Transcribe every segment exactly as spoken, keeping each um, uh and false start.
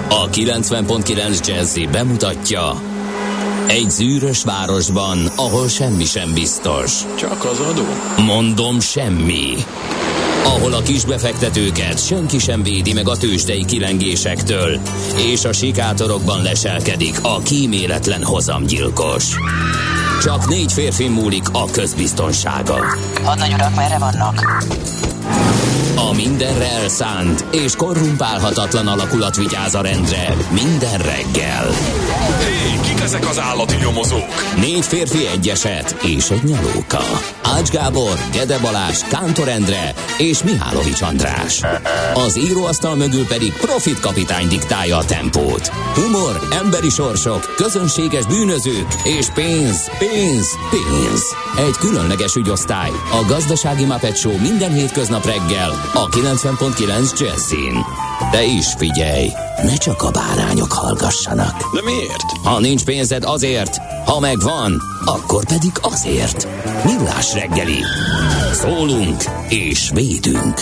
A kilencven pont kilenc Jazzy bemutatja: egy zűrös városban, ahol semmi sem biztos. Csak az adó? Mondom, semmi. Ahol a kisbefektetőket senki sem védi meg a tőzsdei kilengésektől, és a sikátorokban leselkedik a kíméletlen hozamgyilkos. Csak négy férfi múlik a közbiztonsága. Hadnagy urak, merre vannak? A mindenre elszánt és korrumpálhatatlan alakulat vigyáz a rendre minden reggel. Hé, kik ezek az állati nyomozók? Négy férfi, egy eset és egy nyalóka. Ács Gábor, Gede Balázs, Kántor Endre és Mihálovics András. Az íróasztal mögül pedig Profit kapitány diktálja a tempót. Humor, emberi sorsok, közönséges bűnözők és pénz, pénz, pénz. Egy különleges ügyosztály, a Gazdasági Muppet Show minden hétköznap reggel a kilencven pont kilenc Jazzin. De is figyelj, ne csak a bárányok hallgassanak. De miért? Ha nincs pénzed, azért, ha megvan, akkor pedig azért. Millás reggeli. Szólunk és védünk.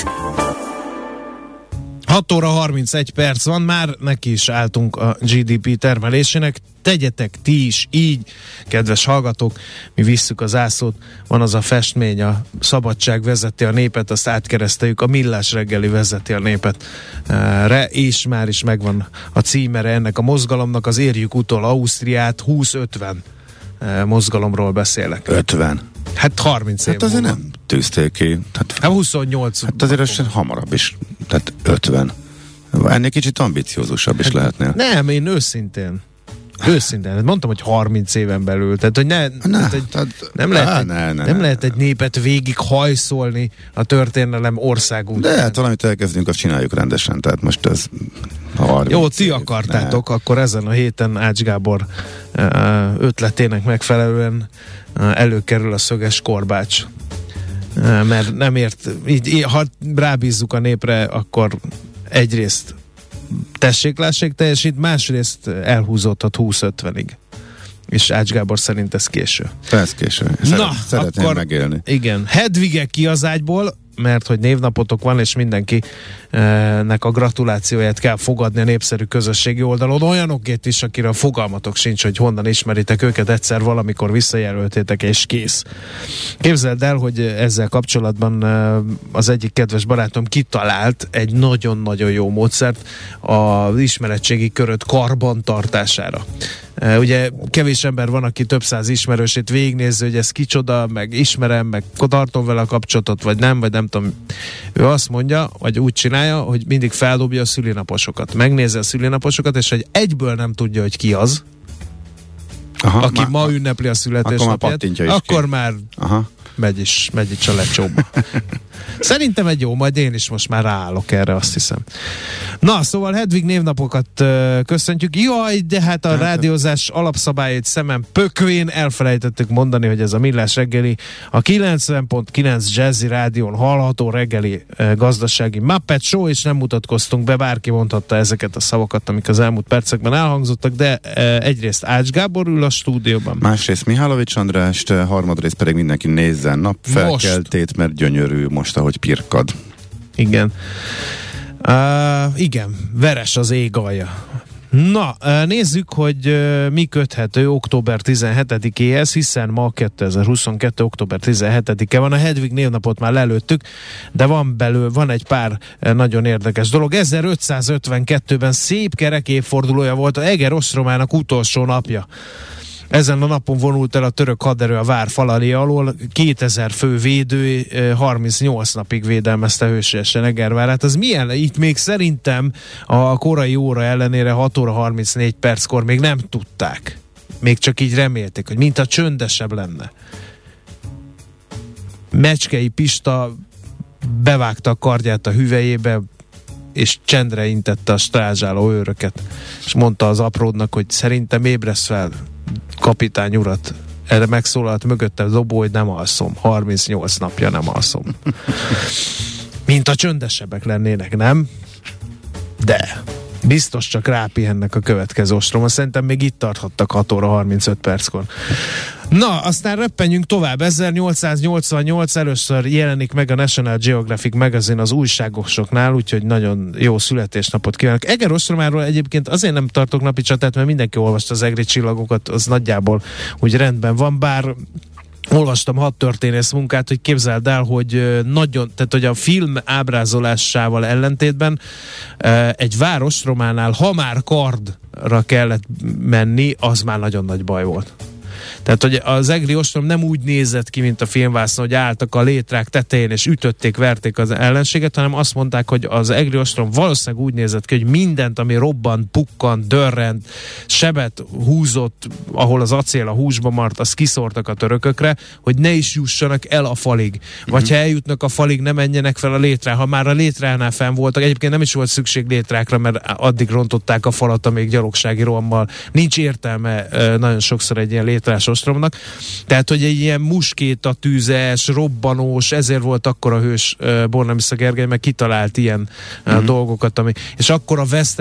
hat óra harmincegy perc van, már neki is álltunk a gé dé pé termelésének. Tegyetek ti is így, kedves hallgatók, mi visszük az zászlót, van az a festmény, a szabadság vezeti a népet, azt átkereszteljük, a Millás reggeli vezeti a népet re, és már is megvan a címere ennek a mozgalomnak, az Érjük utol Ausztriát, húsz ötven mozgalomról beszélek. ötven? Hát harminc év Hát azért múlva. nem tűzték ki. Hát, hát huszonnyolc. Hát azért az sem hamarabb is. Tehát ötven. Ennél kicsit ambiciózusabb is hát lehetnél. Nem, én őszintén. Őszintén. Mondtam, hogy harminc éven belül. Tehát, hogy ne, ne, tehát, egy, tehát, nem lehet, á, egy, ne, ne, nem ne, lehet ne. egy népet végig hajszolni a történelem országútján. De hát valamit elkezdünk, azt csináljuk rendesen. Tehát most ez jó, ti akartátok, ne. Akkor ezen a héten Ács Gábor ötletének megfelelően előkerül a szöges korbács. Mert nem ért, így, ha rábízzuk a népre, akkor egyrészt tessék-lássék teljesít, másrészt elhúzódhat húsz ötvenig. És Ács Gábor szerint ez késő. Ez késő. Szeret, Na, szeretném akkor, megélni. Igen. Hedvige ki az ágyból, mert hogy névnapotok van, és mindenkinek a gratulációját kell fogadni a népszerű közösségi oldalon. Olyanokét is, akire a fogalmatok sincs, hogy honnan ismeritek őket, egyszer valamikor visszajelöltétek, és kész. Képzeld el, hogy ezzel kapcsolatban az egyik kedves barátom kitalált egy nagyon-nagyon jó módszert az ismeretségi köröd karbantartására. Uh, ugye kevés ember van, aki több száz ismerősét végignéző, hogy ez kicsoda, meg ismerem, meg tartom vele a kapcsolatot, vagy nem, vagy nem tudom. Ő azt mondja, vagy úgy csinálja, hogy mindig feldobja a szülinaposokat. Megnézi a szülinaposokat, és hogy egyből nem tudja, hogy ki az, aha, aki má, ma ünnepli a születésnapját, akkor, akkor már Aha. megy is, megy is a lecsóba. Szerintem egy jó, majd én is most már ráállok erre, azt hiszem. Na, szóval Hedvig névnapokat uh, köszöntjük. Jaj, de hát a rádiózás alapszabályait szemem pökvén elfelejtettük mondani, hogy ez a Millás reggeli, a kilencven pont kilenc Jazzy Rádión hallható reggeli uh, gazdasági Muppet Show, és nem mutatkoztunk be, bárki mondhatta ezeket a szavakat, amik az elmúlt percekben elhangzottak, de uh, egyrészt Ács Gábor ül a stúdióban. Másrészt Mihálovics Andrást, harmadrészt pedig mindenki nézzen napfelkeltét, mert gyönyörű most, ahogy pirkad. Igen. Uh, igen, veres az ég alja. Na, uh, nézzük, hogy uh, mi köthető október tizenhetedikéhez, hiszen ma kétezer-huszonkettő. október tizenhetedike van, a Hedvig névnapot már lelőttük, de van belül, van egy pár uh, nagyon érdekes dolog. ezerötszázötvenkettőben szép kerek évfordulója volt, a Eger ostromának utolsó napja. Ezen a napon vonult el a török haderő a vár falai alól, kétezer fő védő harmincnyolc napig védelmezte hősiesen Egervárát. Az milyen? Itt még szerintem a korai óra ellenére hat óra harmincnégy perckor még nem tudták. Még csak így remélték, hogy mintha csöndesebb lenne. Mecskei Pista bevágta a kardját a hüvelyébe, és csendre intette a strázsáló őröket, és mondta az apródnak, hogy szerintem ébresz fel, kapitány urat. Erre megszólalt mögötte a dobó, hogy nem alszom. harmincnyolc napja nem alszom. Mint a csöndesebbek lennének, nem? De biztos csak rápihennek a következő ostromon. Szerintem még itt tarthattak hat óra harmincöt perckor. Na, aztán röppenjünk tovább. ezernyolcszáznyolcvannyolc először jelenik meg a National Geographic magazine az újságosoknál, úgyhogy nagyon jó születésnapot kívánok. Eger Ostromáról egyébként azért nem tartok napi csatát, mert mindenki olvasta az egri csillagokat, az nagyjából úgy rendben van, bár olvastam hat történész munkát, hogy képzeld el, hogy nagyon, tehát hogy a film ábrázolásával ellentétben egy várostrománál, ha már kardra kellett menni, az már nagyon nagy baj volt. Tehát, hogy az egri ostrom nem úgy nézett ki, mint a filmvászon, hogy álltak a létrák tetején, és ütötték, verték az ellenséget, hanem azt mondták, hogy az egri ostrom valószínűleg úgy nézett ki, hogy mindent, ami robbant, pukkant, dörrent, sebet húzott, ahol az acél a húsba mart, azt kiszórtak a törökökre, hogy ne is jussanak el a falig. Vagy uh-huh. ha eljutnak a falig, ne menjenek fel a létrá. Ha már a létránál fenn voltak, egyébként nem is volt szükség létrákra, mert addig rontották a falat, amíg gyalogsági rohammal. Nincs értelme nagyon sokszor egy ilyen létrás ostromnak. Tehát, hogy egy ilyen muskéta tűzes, robbanós, ezért volt akkor a hős uh, Bornemisza Gergely, meg kitalált ilyen uh, mm-hmm. dolgokat, ami, és akkor a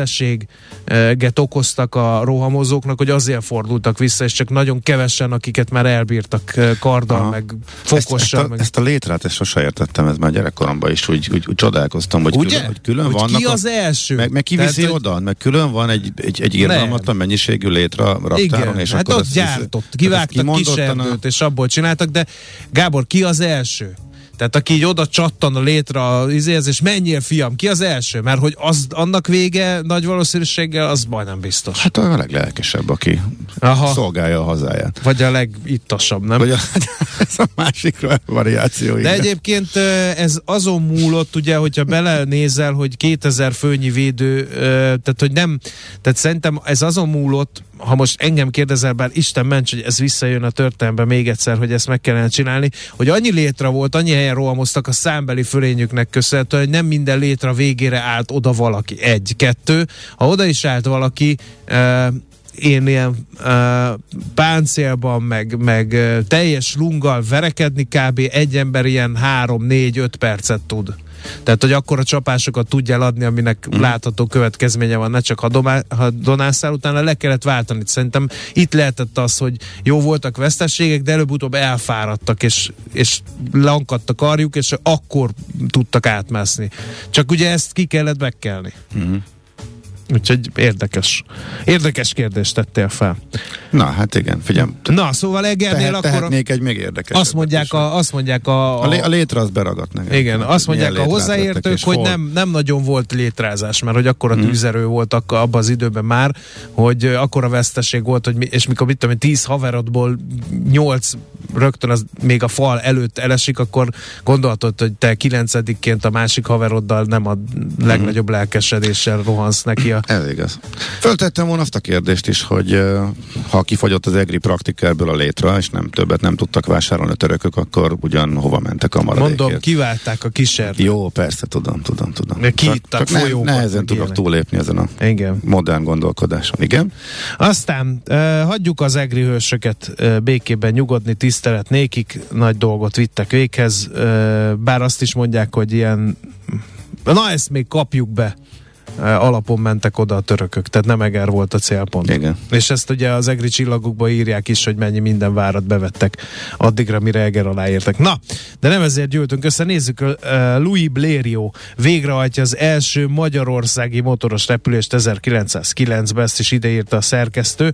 veszteséget okoztak a rohamozóknak, hogy azért fordultak vissza, és csak nagyon kevesen, akiket már elbírtak uh, karddal, aha. meg fokossal. Ezt, ezt, a, meg... ezt a létrát, ezt sose értettem, ez már gyerekkoromban is úgy, úgy, úgy csodálkoztam, hogy ugye? külön, hogy külön hogy vannak. ki az első? Meg, meg ki viszi Tehát, oda, meg külön van egy, egy, egy irgalmatlan mennyiségű létre a raktáron. Igen, és hát akkor ott gyártott, kivágtak kis erdőt, és abból csináltak, de Gábor, ki az első? Tehát aki így oda csattan a létre az izéhez, és menjél fiam, ki az első? Mert hogy az, annak vége nagy valószínűséggel az majdnem biztos. Hát a leglelkesebb, aki aha. szolgálja a hazáját. Vagy a legittasabb, nem? Vagy a, ez a másik variáció. De egyébként ez azon múlott, ugye, hogyha belenézel, hogy kétezer főnyi védő, tehát hogy nem, tehát szerintem ez azon múlott, ha most engem kérdezel, bár Isten ments, hogy ez visszajön a történelembe még egyszer, hogy ezt meg kellene csinálni, hogy annyi létre volt, annyi helyen rohamoztak a számbeli fölényüknek köszönhetően, hogy nem minden létre végére állt oda valaki. Egy, kettő. Ha oda is állt valaki, uh, én ilyen uh, páncélban, meg, meg uh, teljes lunggal verekedni, kb. Egy ember ilyen három, négy, öt percet tud. Tehát, hogy akkor a csapásokat tudjál adni, aminek mm. látható következménye van, ne csak ha, domá, ha donászál, utána le kellett váltani. Szerintem itt lehetett az, hogy jó voltak veszteségek, de előbb-utóbb elfáradtak, és, és lankadt a karjuk, és akkor tudtak átmászni. Csak ugye ezt ki kellett bekelni. Mm. Úgyhogy érdekes. Érdekes kérdést tettél fel. Na, hát igen, figyelj. Na, szóval Egernél Tehet, akkor... Tehetnék egy még érdekes. Azt mondják a... Azt mondják a, a, lé, a létre az beragadt nekem. Igen, azt mondják a hozzáértők, hogy nem, nem nagyon volt létrázás, mert hogy akkora hmm. tűzerő volt akkor, abban az időben már, hogy akkora veszteség volt, hogy mi, és mikor mit tudom, tíz haverodból nyolc rögtön az még a fal előtt elesik, akkor gondolhatod, hogy te kilencedikként a másik haveroddal nem a legnagyobb hmm. lelkesedéssel rohansz neki. A... Ez igaz. Föltettem volna azt a kérdést is, hogy uh, ha kifogyott az egri praktikából a létre, és nem többet nem tudtak vásárolni a törökök, akkor ugyan hova mentek a maradékért? Mondom, kiválták a kísérlet. Jó, persze, tudom, tudom, tudom. De kiittak folyókat. Ne, nehezen tudok túlépni ezen a igen. modern gondolkodáson. Igen? Aztán uh, hagyjuk az egri hősöket uh, békében nyugodni, tisztelet nékik, nagy dolgot vittek véghez, uh, bár azt is mondják, hogy ilyen na ezt még kapjuk be, alapon mentek oda a törökök, tehát nem Eger volt a célpont. Igen. És ezt ugye az egri csillagokba írják is, hogy mennyi minden várat bevettek addigra, mire Eger alá értek. Na, de nem ezért gyűltünk össze, nézzük, uh, Louis Blériot végrehajtja az első magyarországi motoros repülést ezerkilencszázkilencben, ezt is ideírta a szerkesztő,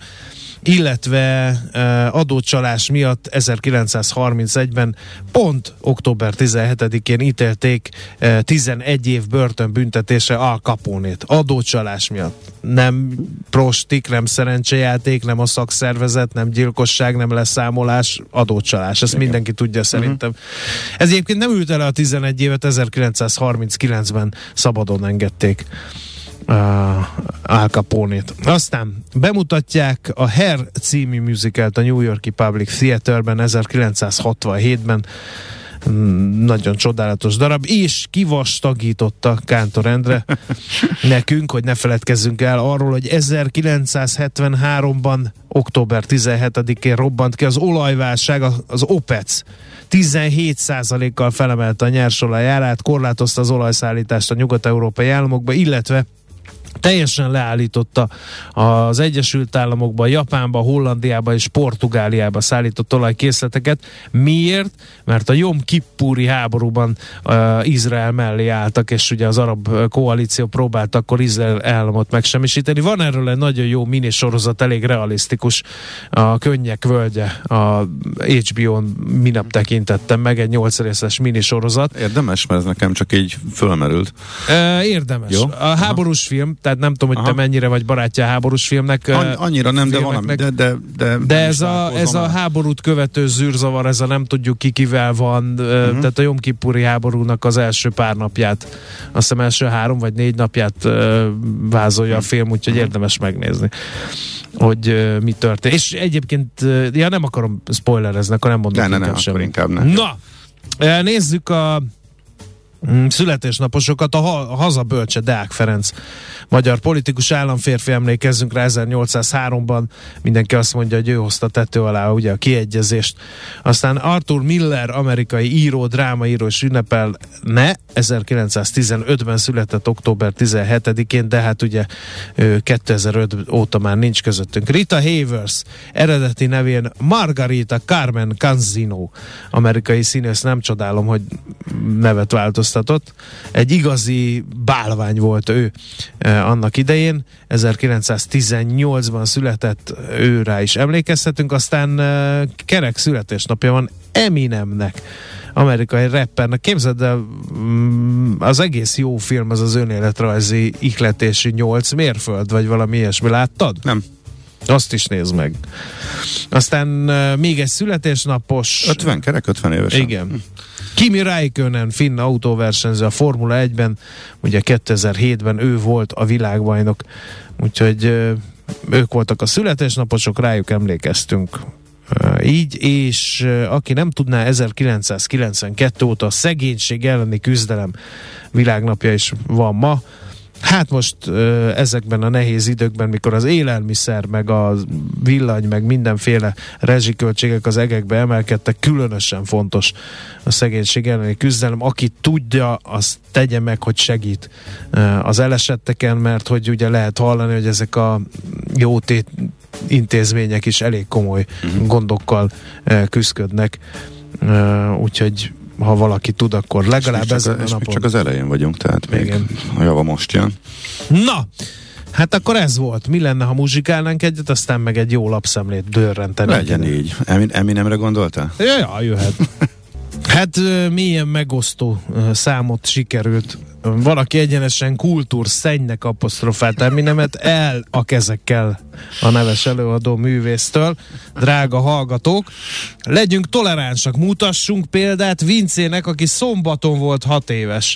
illetve uh, adócsalás miatt ezerkilencszázharmincegyben pont október tizenhetedikén ítélték uh, tizenegy év börtönbüntetésre Al Caponét. Adócsalás miatt. Nem prostik, nem szerencsejáték, nem a szakszervezet, nem gyilkosság, nem leszámolás, adócsalás. Ezt igen. mindenki tudja szerintem. Uh-huh. Ez egyébként nem ült el a tizenegy évet, ezerkilencszázharminckilencben szabadon engedték Uh, Al Caponét. Aztán bemutatják a Hair című musicalt a New York-i Public Theaterben ezerkilencszázhatvanhétben. Nagyon csodálatos darab, és kivastagította Kántor Endre nekünk, hogy ne feledkezzünk el arról, hogy ezerkilencszázhetvenháromban október tizenhetedikén robbant ki az olajválság, az OPEC tizenhét százalékkal felemelte a nyersolaj árát, korlátozta az olajszállítást a nyugat-európai államokba, illetve teljesen leállította az Egyesült Államokba, Japánba, Hollandiába és Portugáliába szállított olajkészleteket. Miért? Mert a Jom Kippúri háborúban uh, Izrael mellé álltak, és ugye az arab koalíció próbált akkor Izrael államot megsemmisíteni. Van erről egy nagyon jó minisorozat, elég realisztikus, a Könnyek völgye, a há bé ó-n minap tekintettem meg, egy nyolc részes minisorozat. Érdemes, mert ez nekem csak így fölmerült. Uh, érdemes. Jó? A háborús Aha. film, tehát nem tudom, hogy Aha. te mennyire vagy barátja a háborús filmnek. An- annyira nem, de valami. De, de, de, de ez, a, ez a háborút követő zűrzavar, ez a nem tudjuk ki kivel van, uh-huh. tehát a Jom Kippuri háborúnak az első pár napját, azt hiszem első három vagy négy napját uh, vázolja uh-huh. a film, úgyhogy uh-huh. érdemes megnézni, hogy uh, mi történt. És egyébként, uh, ja nem akarom spoilerezni, akkor nem mondom ne, inkább ne, semmi. Inkább ne. Na, uh, nézzük a születésnaposokat. A, ha- a hazabölcse Deák Ferenc, magyar politikus, államférfi, emlékezzünk rá, ezernyolcszázháromban mindenki azt mondja, hogy ő hozta tető alá ugye a kiegyezést. Aztán Arthur Miller, amerikai író, drámaíró és ünnepelne, ezerkilencszáztizenötben született október tizenhetedikén, de hát ugye ő kétezer-öt óta már nincs közöttünk. Rita Hayworth, eredeti nevén Margarita Carmen Canzino, amerikai színész, nem csodálom, hogy nevet változtatott. Egy igazi bálvány volt ő eh, annak idején, ezerkilencszáztizennyolcban született, őrá is emlékezhetünk, aztán eh, kerek születésnapja van Eminemnek, amerikai rappernek. Képzeld el, az egész jó film az az önéletrajzi ihletési nyolc mérföld, vagy valami ilyesmi, láttad? Nem. Azt is nézd meg. Aztán uh, még egy születésnapos... ötven kerek, ötven évesen. Igen. Kimi Räikkönen, finn autóversenyző a Formula egyben, ugye kétezer-hétben ő volt a világbajnok, úgyhogy uh, ők voltak a születésnaposok, rájuk emlékeztünk. Uh, így, és uh, aki nem tudná, ezerkilencszázkilencvenkettő óta a szegénység elleni küzdelem világnapja is van ma. Hát most ö, ezekben a nehéz időkben, mikor az élelmiszer, meg a villany, meg mindenféle rezsiköltségek az egekbe emelkedtek, különösen fontos a szegénység elleni küzdelem. Aki tudja, azt tegye meg, hogy segít ö, az elesetteken, mert hogy ugye lehet hallani, hogy ezek a jótét intézmények is elég komoly uh-huh. gondokkal ö, küzdködnek. Ö, úgyhogy ha valaki tud, akkor legalább ezen a, a napon. Csak az elején vagyunk, tehát még Igen. a java most jön. Na, hát akkor ez volt. Mi lenne, ha muzsikálnánk egyet, aztán meg egy jó lapszemlét dörrentenénk. Legyen ide. Így. Eminemre gondoltál? Ja, ja, jöhet. Hát milyen megosztó számot sikerült. Valaki egyenesen kultúrszennynek apostrofált Eminemet el a kezekkel a neves előadó művésztől. Drága hallgatók, legyünk toleránsak, mutassunk példát Vincének, aki szombaton volt hat éves,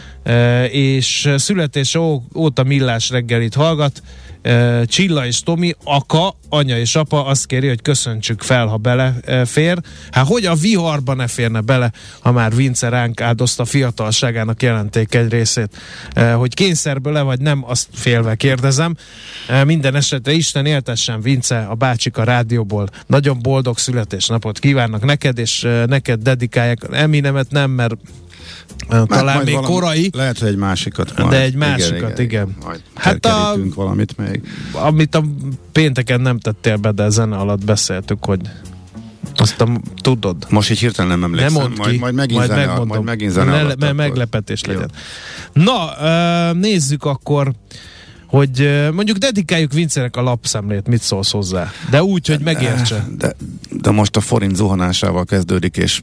és születése óta Millás reggelit hallgat. Csilla és Tomi, Aka, anya és apa azt kéri, hogy köszöntsük fel, ha belefér. Hát hogy a viharba ne férne bele, ha már Vince ránk áldozta fiatalságának jelentékeny részét. Hogy kényszerből-e vagy nem, azt félve kérdezem. Minden esetre Isten éltessen, Vince, a bácsik a rádióból. Nagyon boldog születésnapot kívánnak neked, és neked dedikálják. Eminemet nem, mert talán még valami, korai. Lehet, hogy egy másikat majd. De egy másikat, igen. igen. igen. Majd hát a, valamit még. Amit a pénteken nem tettél be, de zene alatt beszéltük, hogy azt a, tudod. Most így hirtelen nem emlékszem. Nem mondd majd, majd megint majd zene, megmondom. majd megint zene ne, alatt. Me, meglepetés jó. legyen. Na, uh, nézzük akkor, hogy uh, mondjuk dedikáljuk Vincének a lapszemlét, mit szólsz hozzá? De úgy, hogy megértse. De, de, de most a forint zuhanásával kezdődik, és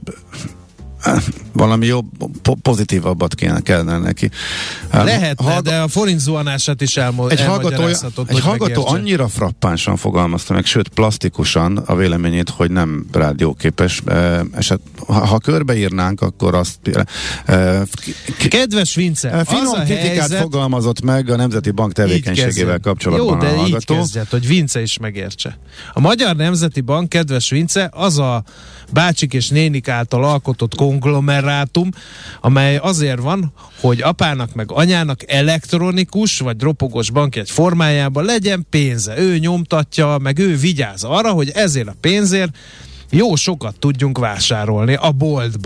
valami jobb, pozitívabbat kéne, kellene neki. Lehetne, Hallg- de a forint zuhanását is elmo- egy hallgató, egy hallgató annyira frappánsan fogalmazta meg, sőt plastikusan a véleményét, hogy nem rádióképes. Eset, ha, ha körbeírnánk, akkor azt... E, Kedves Vince, finom kritikát helyzet, fogalmazott meg a Nemzeti Bank tevékenységével kapcsolatban. Jó, de a hallgató. így kezdjed, hogy Vince is megértse. A Magyar Nemzeti Bank, kedves Vince, az a bácsik és nénik által alkotott konglomerátum, amely azért van, hogy apának meg anyának elektronikus vagy ropogós bankjegy formájában legyen pénze. Ő nyomtatja, meg ő vigyáz arra, hogy ezért a pénzért jó sokat tudjunk vásárolni a boltban.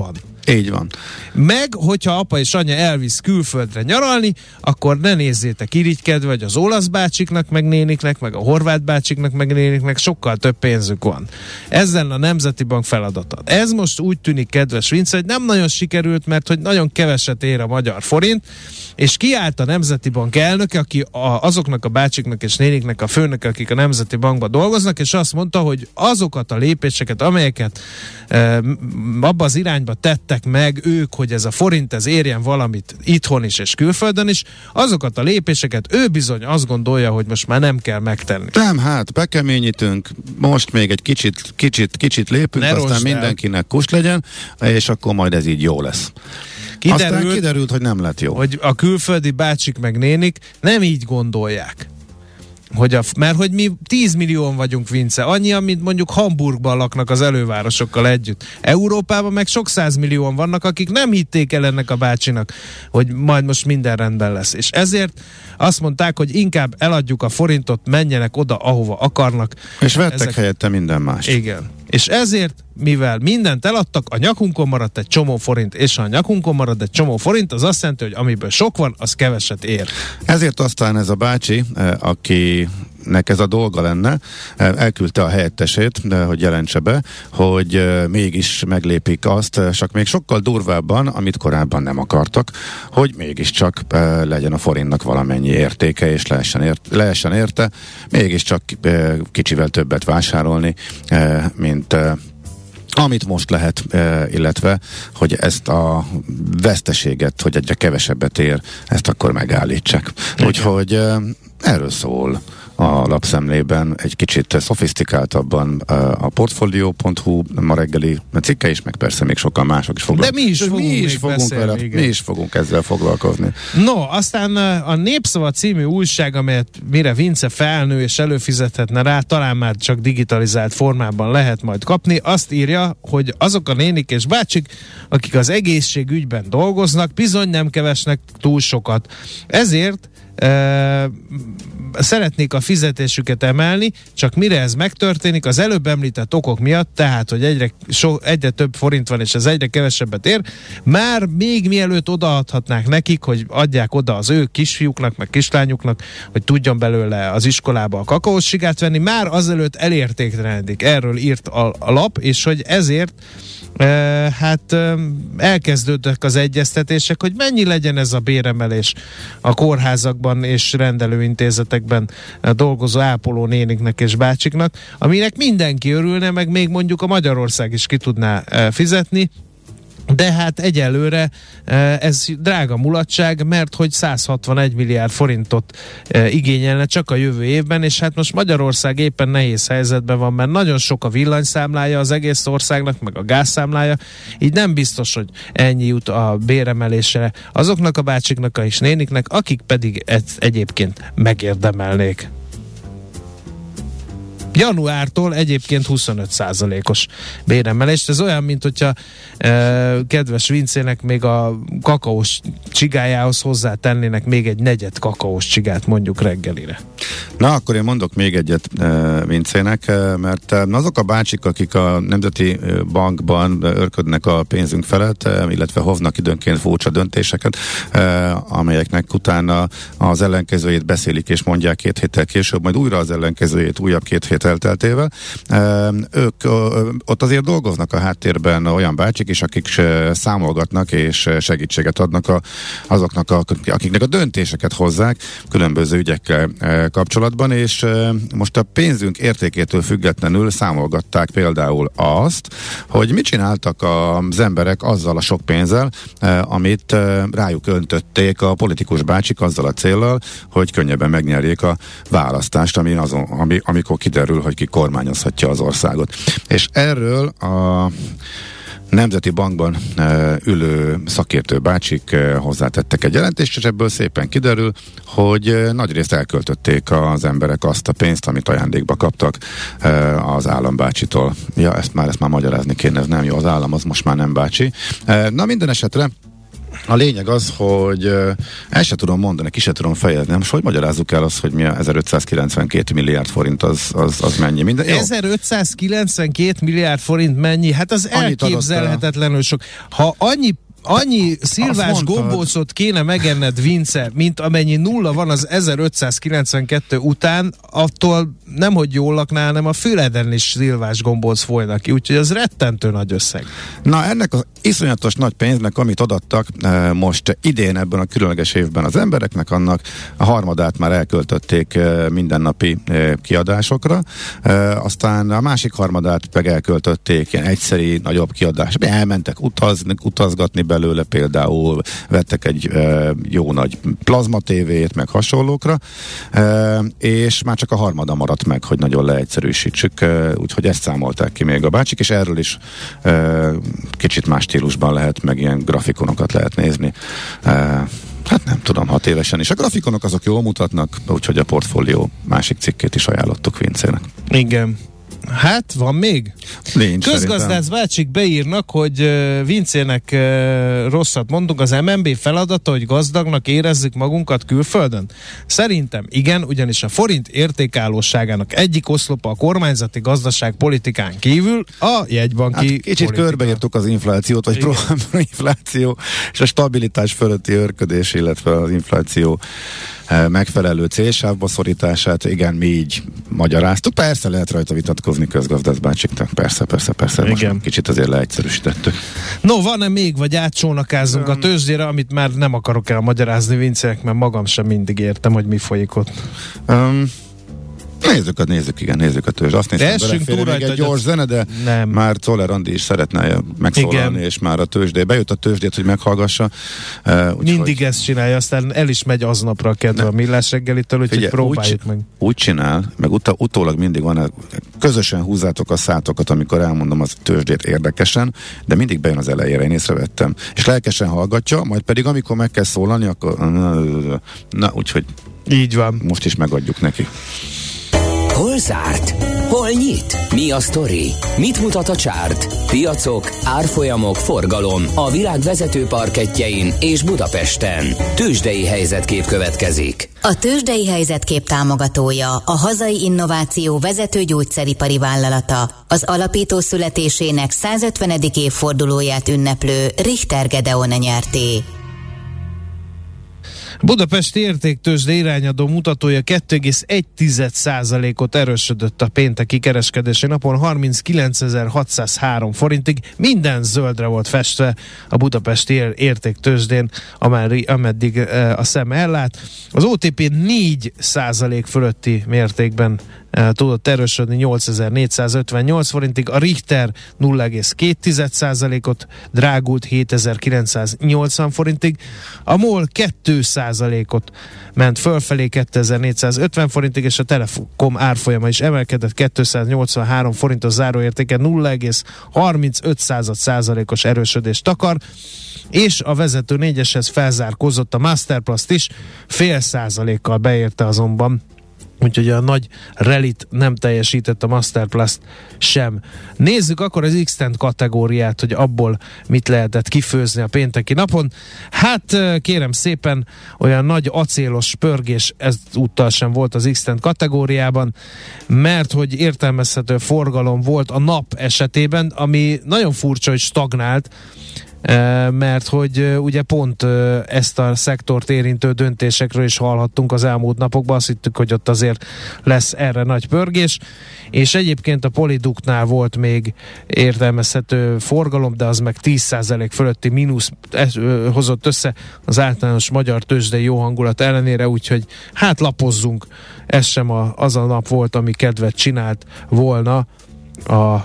Így van. Meg, hogyha apa és anya elvisz külföldre nyaralni, akkor ne nézzétek irigykedve, hogy az olasz bácsiknak, meg néniknek, meg a horvát bácsiknak, meg néniknek sokkal több pénzük van. Ezzel a Nemzeti Bank feladata. Ez most úgy tűnik, kedves Vince, hogy nem nagyon sikerült, mert hogy nagyon keveset ér a magyar forint, és kiállt a Nemzeti Bank elnöke, aki a, azoknak a bácsiknak és néniknek a főnök, akik a Nemzeti Bankban dolgoznak, és azt mondta, hogy azokat a lépéseket, amelyeket e, abba az irányba tettek meg ők, hogy ez a forint, ez érjen valamit itthon is és külföldön is, azokat a lépéseket ő bizony azt gondolja, hogy most már nem kell megtenni. Nem, hát bekeményítünk, most még egy kicsit, kicsit, kicsit lépünk, ne aztán mindenkinek kus legyen, és akkor majd ez így jó lesz. Kiderült, aztán kiderült, hogy nem lett jó. Hogy a külföldi bácsik meg nénik nem így gondolják. Hogy a, mert hogy mi tíz millióan vagyunk, Vince, annyi, amit mondjuk Hamburgban laknak az elővárosokkal együtt. Európában meg sok százmillióan vannak, akik nem hitték el ennek a bácsinak, hogy majd most minden rendben lesz. És ezért azt mondták, hogy inkább eladjuk a forintot, menjenek oda, ahova akarnak. És vettek Ezek... helyette minden más. Igen. És ezért, mivel mindent eladtak, a nyakunkon maradt egy csomó forint, és ha a nyakunkon marad egy csomó forint, az azt jelenti, hogy amiből sok van, az keveset ér. Ezért aztán ez a bácsi, akinek ez a dolga lenne, elküldte a helyettesét, hogy jelentse be, hogy mégis meglépik azt, csak még sokkal durvábban, amit korábban nem akartak, hogy mégiscsak legyen a forintnak valamennyi értéke, és lehessen, ért, lehessen érte, mégiscsak kicsivel többet vásárolni, mint amit most lehet, illetve, hogy ezt a veszteséget, hogy egyre kevesebbet ér, ezt akkor megállítsák. Úgyhogy erről szól a lapszemlében egy kicsit szofisztikáltabban a portfolio pont hu ma reggeli cikke is, meg persze még sokan mások is foglalkoznak. De mi is fogunk, mi is fogunk beszélni, vele, mi is fogunk ezzel foglalkozni. No, aztán a Népszava című újság, amelyet mire Vince felnő és előfizethetne rá, talán már csak digitalizált formában lehet majd kapni, azt írja, hogy azok a nénik és bácsik, akik az egészségügyben dolgoznak, bizony nem kevesnek túl sokat. Ezért Uh, szeretnék a fizetésüket emelni, csak mire ez megtörténik, az előbb említett okok miatt, tehát, hogy egyre, so, egyre több forint van, és ez egyre kevesebbet ér, már még mielőtt odaadhatnák nekik, hogy adják oda az ő kisfiúknak, meg kislányuknak, hogy tudjon belőle az iskolába a kakaós csigát venni, már azelőtt elértéktelenedik. Erről írt a, a lap, és hogy ezért Uh, hát uh, elkezdődtek az egyeztetések, hogy mennyi legyen ez a béremelés a kórházakban és rendelőintézetekben dolgozó ápoló néniknek és bácsiknak, aminek mindenki örülne, meg még mondjuk a Magyarország is ki tudná uh, fizetni, de hát egyelőre ez drága mulatság, mert hogy száz hatvanegy milliárd forintot igényelne csak a jövő évben, és hát most Magyarország éppen nehéz helyzetben van, mert nagyon sok a villanyszámlája az egész országnak, meg a gázszámlája, így nem biztos, hogy ennyi jut a béremelésre azoknak a bácsiknak és néniknek, akik pedig ezt egyébként megérdemelnék. Januártól egyébként huszonöt százalékos béremelést. Ez olyan, mint hogyha e, kedves Vincének még a kakaós csigájához hozzátennének még egy negyed kakaós csigát mondjuk reggelire. Na, akkor én mondok még egyet e, Vincének, e, mert azok a bácsik, akik a Nemzeti Bankban örködnek a pénzünk felett, e, illetve hoznak időnként furcsa döntéseket, e, amelyeknek utána az ellenkezőjét beszélik és mondják két héttel később, majd újra az ellenkezőjét újabb két hét elteltével. Ők ott azért dolgoznak a háttérben olyan bácsik is, akik számolgatnak és segítséget adnak a, azoknak, a, akiknek a döntéseket hozzák különböző ügyekkel kapcsolatban, és most a pénzünk értékétől függetlenül számolgatták például azt, hogy mit csináltak az emberek azzal a sok pénzzel, amit rájuk öntötték a politikus bácsik azzal a céllal, hogy könnyebben megnyerjék a választást, ami azon, ami, amikor kiderül, hogy ki kormányozhatja az országot. És erről a Nemzeti Bankban e, ülő szakértő bácsik e, hozzátettek egy jelentést, és ebből szépen kiderül, hogy e, nagyrészt elköltötték az emberek azt a pénzt, amit ajándékba kaptak e, az állambácsitól. Ja, ezt már, ezt már magyarázni kéne, ez nem jó, az állam az most már nem bácsi. E, na minden esetre A lényeg az, hogy el se tudom mondani, ki se tudom fejezni, most hogy magyarázzuk el azt, hogy mi a ezerötszázkilencvenkét milliárd forint, az, az, az mennyi? Minden, ezerötszázkilencvenkét milliárd forint mennyi? Hát az annyit elképzelhetetlenül sok. Ha annyi Annyi szilvás gombócot kéne megenned, Vince, mint amennyi nulla van az ezerötszázkilencvenkettő után, attól nemhogy jól laknál, hanem a füleden is szilvás gombóc folynak ki, úgyhogy ez rettentő nagy összeg. Na, ennek az iszonyatos nagy pénznek, amit adattak e, most idén ebben a különleges évben az embereknek, annak a harmadát már elköltötték e, mindennapi e, kiadásokra, e, aztán a másik harmadát meg elköltötték ilyen egyszeri, nagyobb kiadásra. Elmentek utazni, utazgatni belőle, például vettek egy e, jó nagy plazma tévét, meg hasonlókra, e, és már csak a harmada maradt meg, hogy nagyon leegyszerűsítsük, e, úgyhogy ezt számolták ki még a bácsik, és erről is e, kicsit más stílusban lehet, meg ilyen grafikonokat lehet nézni. E, hát nem tudom, hat évesen is. A grafikonok azok jól mutatnak, úgyhogy a portfólió másik cikkét is ajánlottuk Vincének. Igen. Hát, van még? Nincs. Közgazdász bácsik beírnak, hogy uh, Vincének uh, rosszat mondunk, az em en bé feladata, hogy gazdagnak érezzük magunkat külföldön? Szerintem igen, ugyanis a forint értékállóságának egyik oszlopa a kormányzati gazdaságpolitikán kívül a jegybanki hát kicsit politika. Körbeírtuk az inflációt, vagy pro-infláció és a stabilitás fölötti örködés, illetve az infláció megfelelő célsávba szorítását, igen, mi így magyaráztuk. Persze lehet rajta vitatkozni közgazdász bácsiknak, persze, persze, persze. Most igen. Kicsit azért leegyszerűsítettük. No, van-e még, vagy átcsónakázunk um, a tőzsdére, amit már nem akarok elmagyarázni Vincének, mert magam sem mindig értem, hogy mi folyik ott. Um, Nézzük, nézzük, igen, nézzük a tőzsd. Azt néztem belefér még egy gyors zene, de nem. Már Czoller Andi is szeretne megszólalni, igen. És már a tőzsdé. Bejött a tőzsdét, hogy meghallgassa. Uh, úgy Mindig hogy... ezt csinálja, aztán el is megy aznapra a kedve a Millás reggelitől, úgyhogy Figyelj, próbáljuk úgy, meg. Úgy csinál, meg ut- utólag mindig van, közösen húzzátok a szátokat, amikor elmondom az tőzsdét érdekesen, de mindig bejön az elejére, én észrevettem. És lelkesen hallgatja, majd pedig amikor meg kell szólalni, akkor na, úgyhogy így van. Most is megadjuk neki. Hol zárt? Hol nyit? Mi a sztori? Mit mutat a csárt? Piacok, árfolyamok, forgalom a világ vezető parkettjein és Budapesten. Tőzsdei helyzetkép következik. A Tőzsdei helyzetkép támogatója a hazai innováció vezető gyógyszeripari vállalata, az alapító születésének százötvenedik évfordulóját ünneplő Richter Gedeon nyerté. Budapesti értéktőzsde irányadó mutatója kettő egész egy százalékot erősödött a pénteki kereskedési napon harminckilencezer-hatszázhárom forintig. Minden zöldre volt festve a budapesti értéktőzsdén, ameddig a szem ellát. Az o té pé négy százalék fölötti mértékben tudott erősödni nyolcezer-négyszázötvennyolc forintig, a Richter nulla egész két százalékot drágult hétezer-kilencszáznyolcvan forintig, a MOL két százalékot ment fölfelé kétezer-négyszázötven forintig, és a Telekom árfolyama is emelkedett kétszáznyolcvanhárom forintos záróértéke nulla egész harmincöt százalékos erősödést takar, és a vezető négyeshez felzárkózott a Masterplast is, fél százalékkal beérte azonban. Úgyhogy a nagy rallyt nem teljesített a Masterplast sem. Nézzük akkor az X-Tent kategóriát, hogy abból mit lehetett kifőzni a pénteki napon. Hát kérem szépen, olyan nagy acélos pörgés ezúttal sem volt az X-Tent kategóriában, mert hogy értelmezhető forgalom volt a nap esetében, ami nagyon furcsa, hogy stagnált, mert hogy ugye pont ezt a szektort érintő döntésekről is hallhattunk az elmúlt napokban, azt hittük, hogy ott azért lesz erre nagy pörgés, és egyébként a Polyduknál volt még értelmezhető forgalom, de az meg tíz százalék fölötti mínusz hozott össze az általános magyar tőzsdei jó hangulat ellenére, úgyhogy hát lapozzunk, ez sem a, az a nap volt, ami kedvet csinált volna a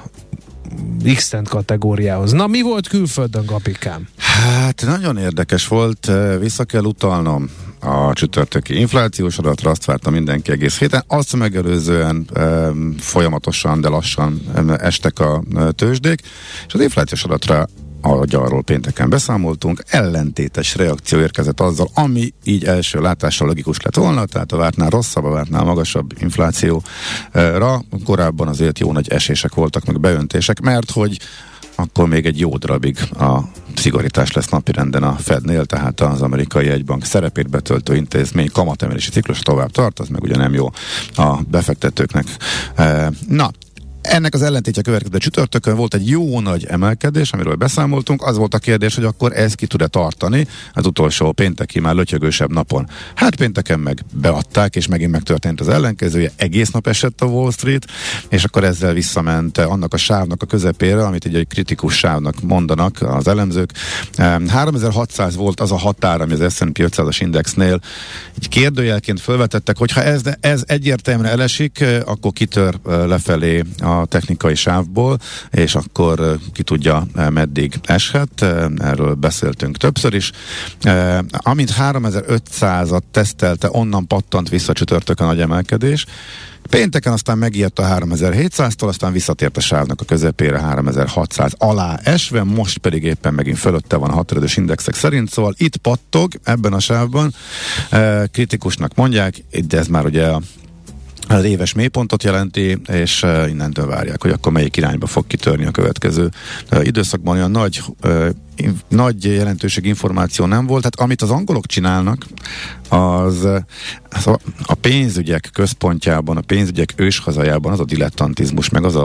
X-Tent kategóriához. Na, mi volt külföldön, Gabikám? Hát nagyon érdekes volt, vissza kell utalnom a csütörtöki inflációs adatra, azt várta mindenki egész héten, azt megelőzően e, folyamatosan, de lassan estek a tőzsdék, és az inflációs adatra, ahogy arról pénteken beszámoltunk, ellentétes reakció érkezett azzal, ami így első látással logikus lett volna, tehát a vártnál rosszabb, a vártnál magasabb inflációra. Korábban azért jó nagy esések voltak, meg beöntések, mert hogy akkor még egy jó darabig a szigorítás lesz napirenden a Fednél, tehát az amerikai egybank szerepét betöltő intézmény kamatemelési ciklus tovább tart, az meg ugye nem jó a befektetőknek. Na, ennek az ellentétje következő csütörtökön volt egy jó nagy emelkedés, amiről beszámoltunk. Az volt a kérdés, hogy akkor ez ki tud-e tartani az utolsó pénteki, már lötyögősebb napon. Hát pénteken meg beadták, és megint megtörtént az ellenkezője. Egész nap esett a Wall Street, és akkor ezzel visszament annak a sávnak a közepére, amit egy, egy kritikus sávnak mondanak az elemzők. háromezer-hatszáz volt az a határ, ami az es and pé ötszázas indexnél egy kérdőjelként felvetettek, hogyha ez, ez egyértelműen elesik, akkor kitör lefelé a technikai sávból, és akkor ki tudja, meddig eshet. Erről beszéltünk többször is. Amint háromezer-ötszázat tesztelte, onnan pattant vissza csütörtökön nagy emelkedés. Pénteken aztán megijedt a háromezer-hétszáztól, aztán visszatért a sávnak a közepére háromezer-hatszáz alá esve, most pedig éppen megint fölötte van a hatodös indexek szerint, szóval itt pattog ebben a sávban. Kritikusnak mondják, de ez már ugye a az éves mélypontot jelenti, és uh, innentől várják, hogy akkor melyik irányba fog kitörni a következő uh, időszakban. Olyan nagy, uh, in, nagy jelentőség információ nem volt. Tehát amit az angolok csinálnak, az, az a, a pénzügyek központjában, a pénzügyek őshazajában az a dilettantizmus, meg az a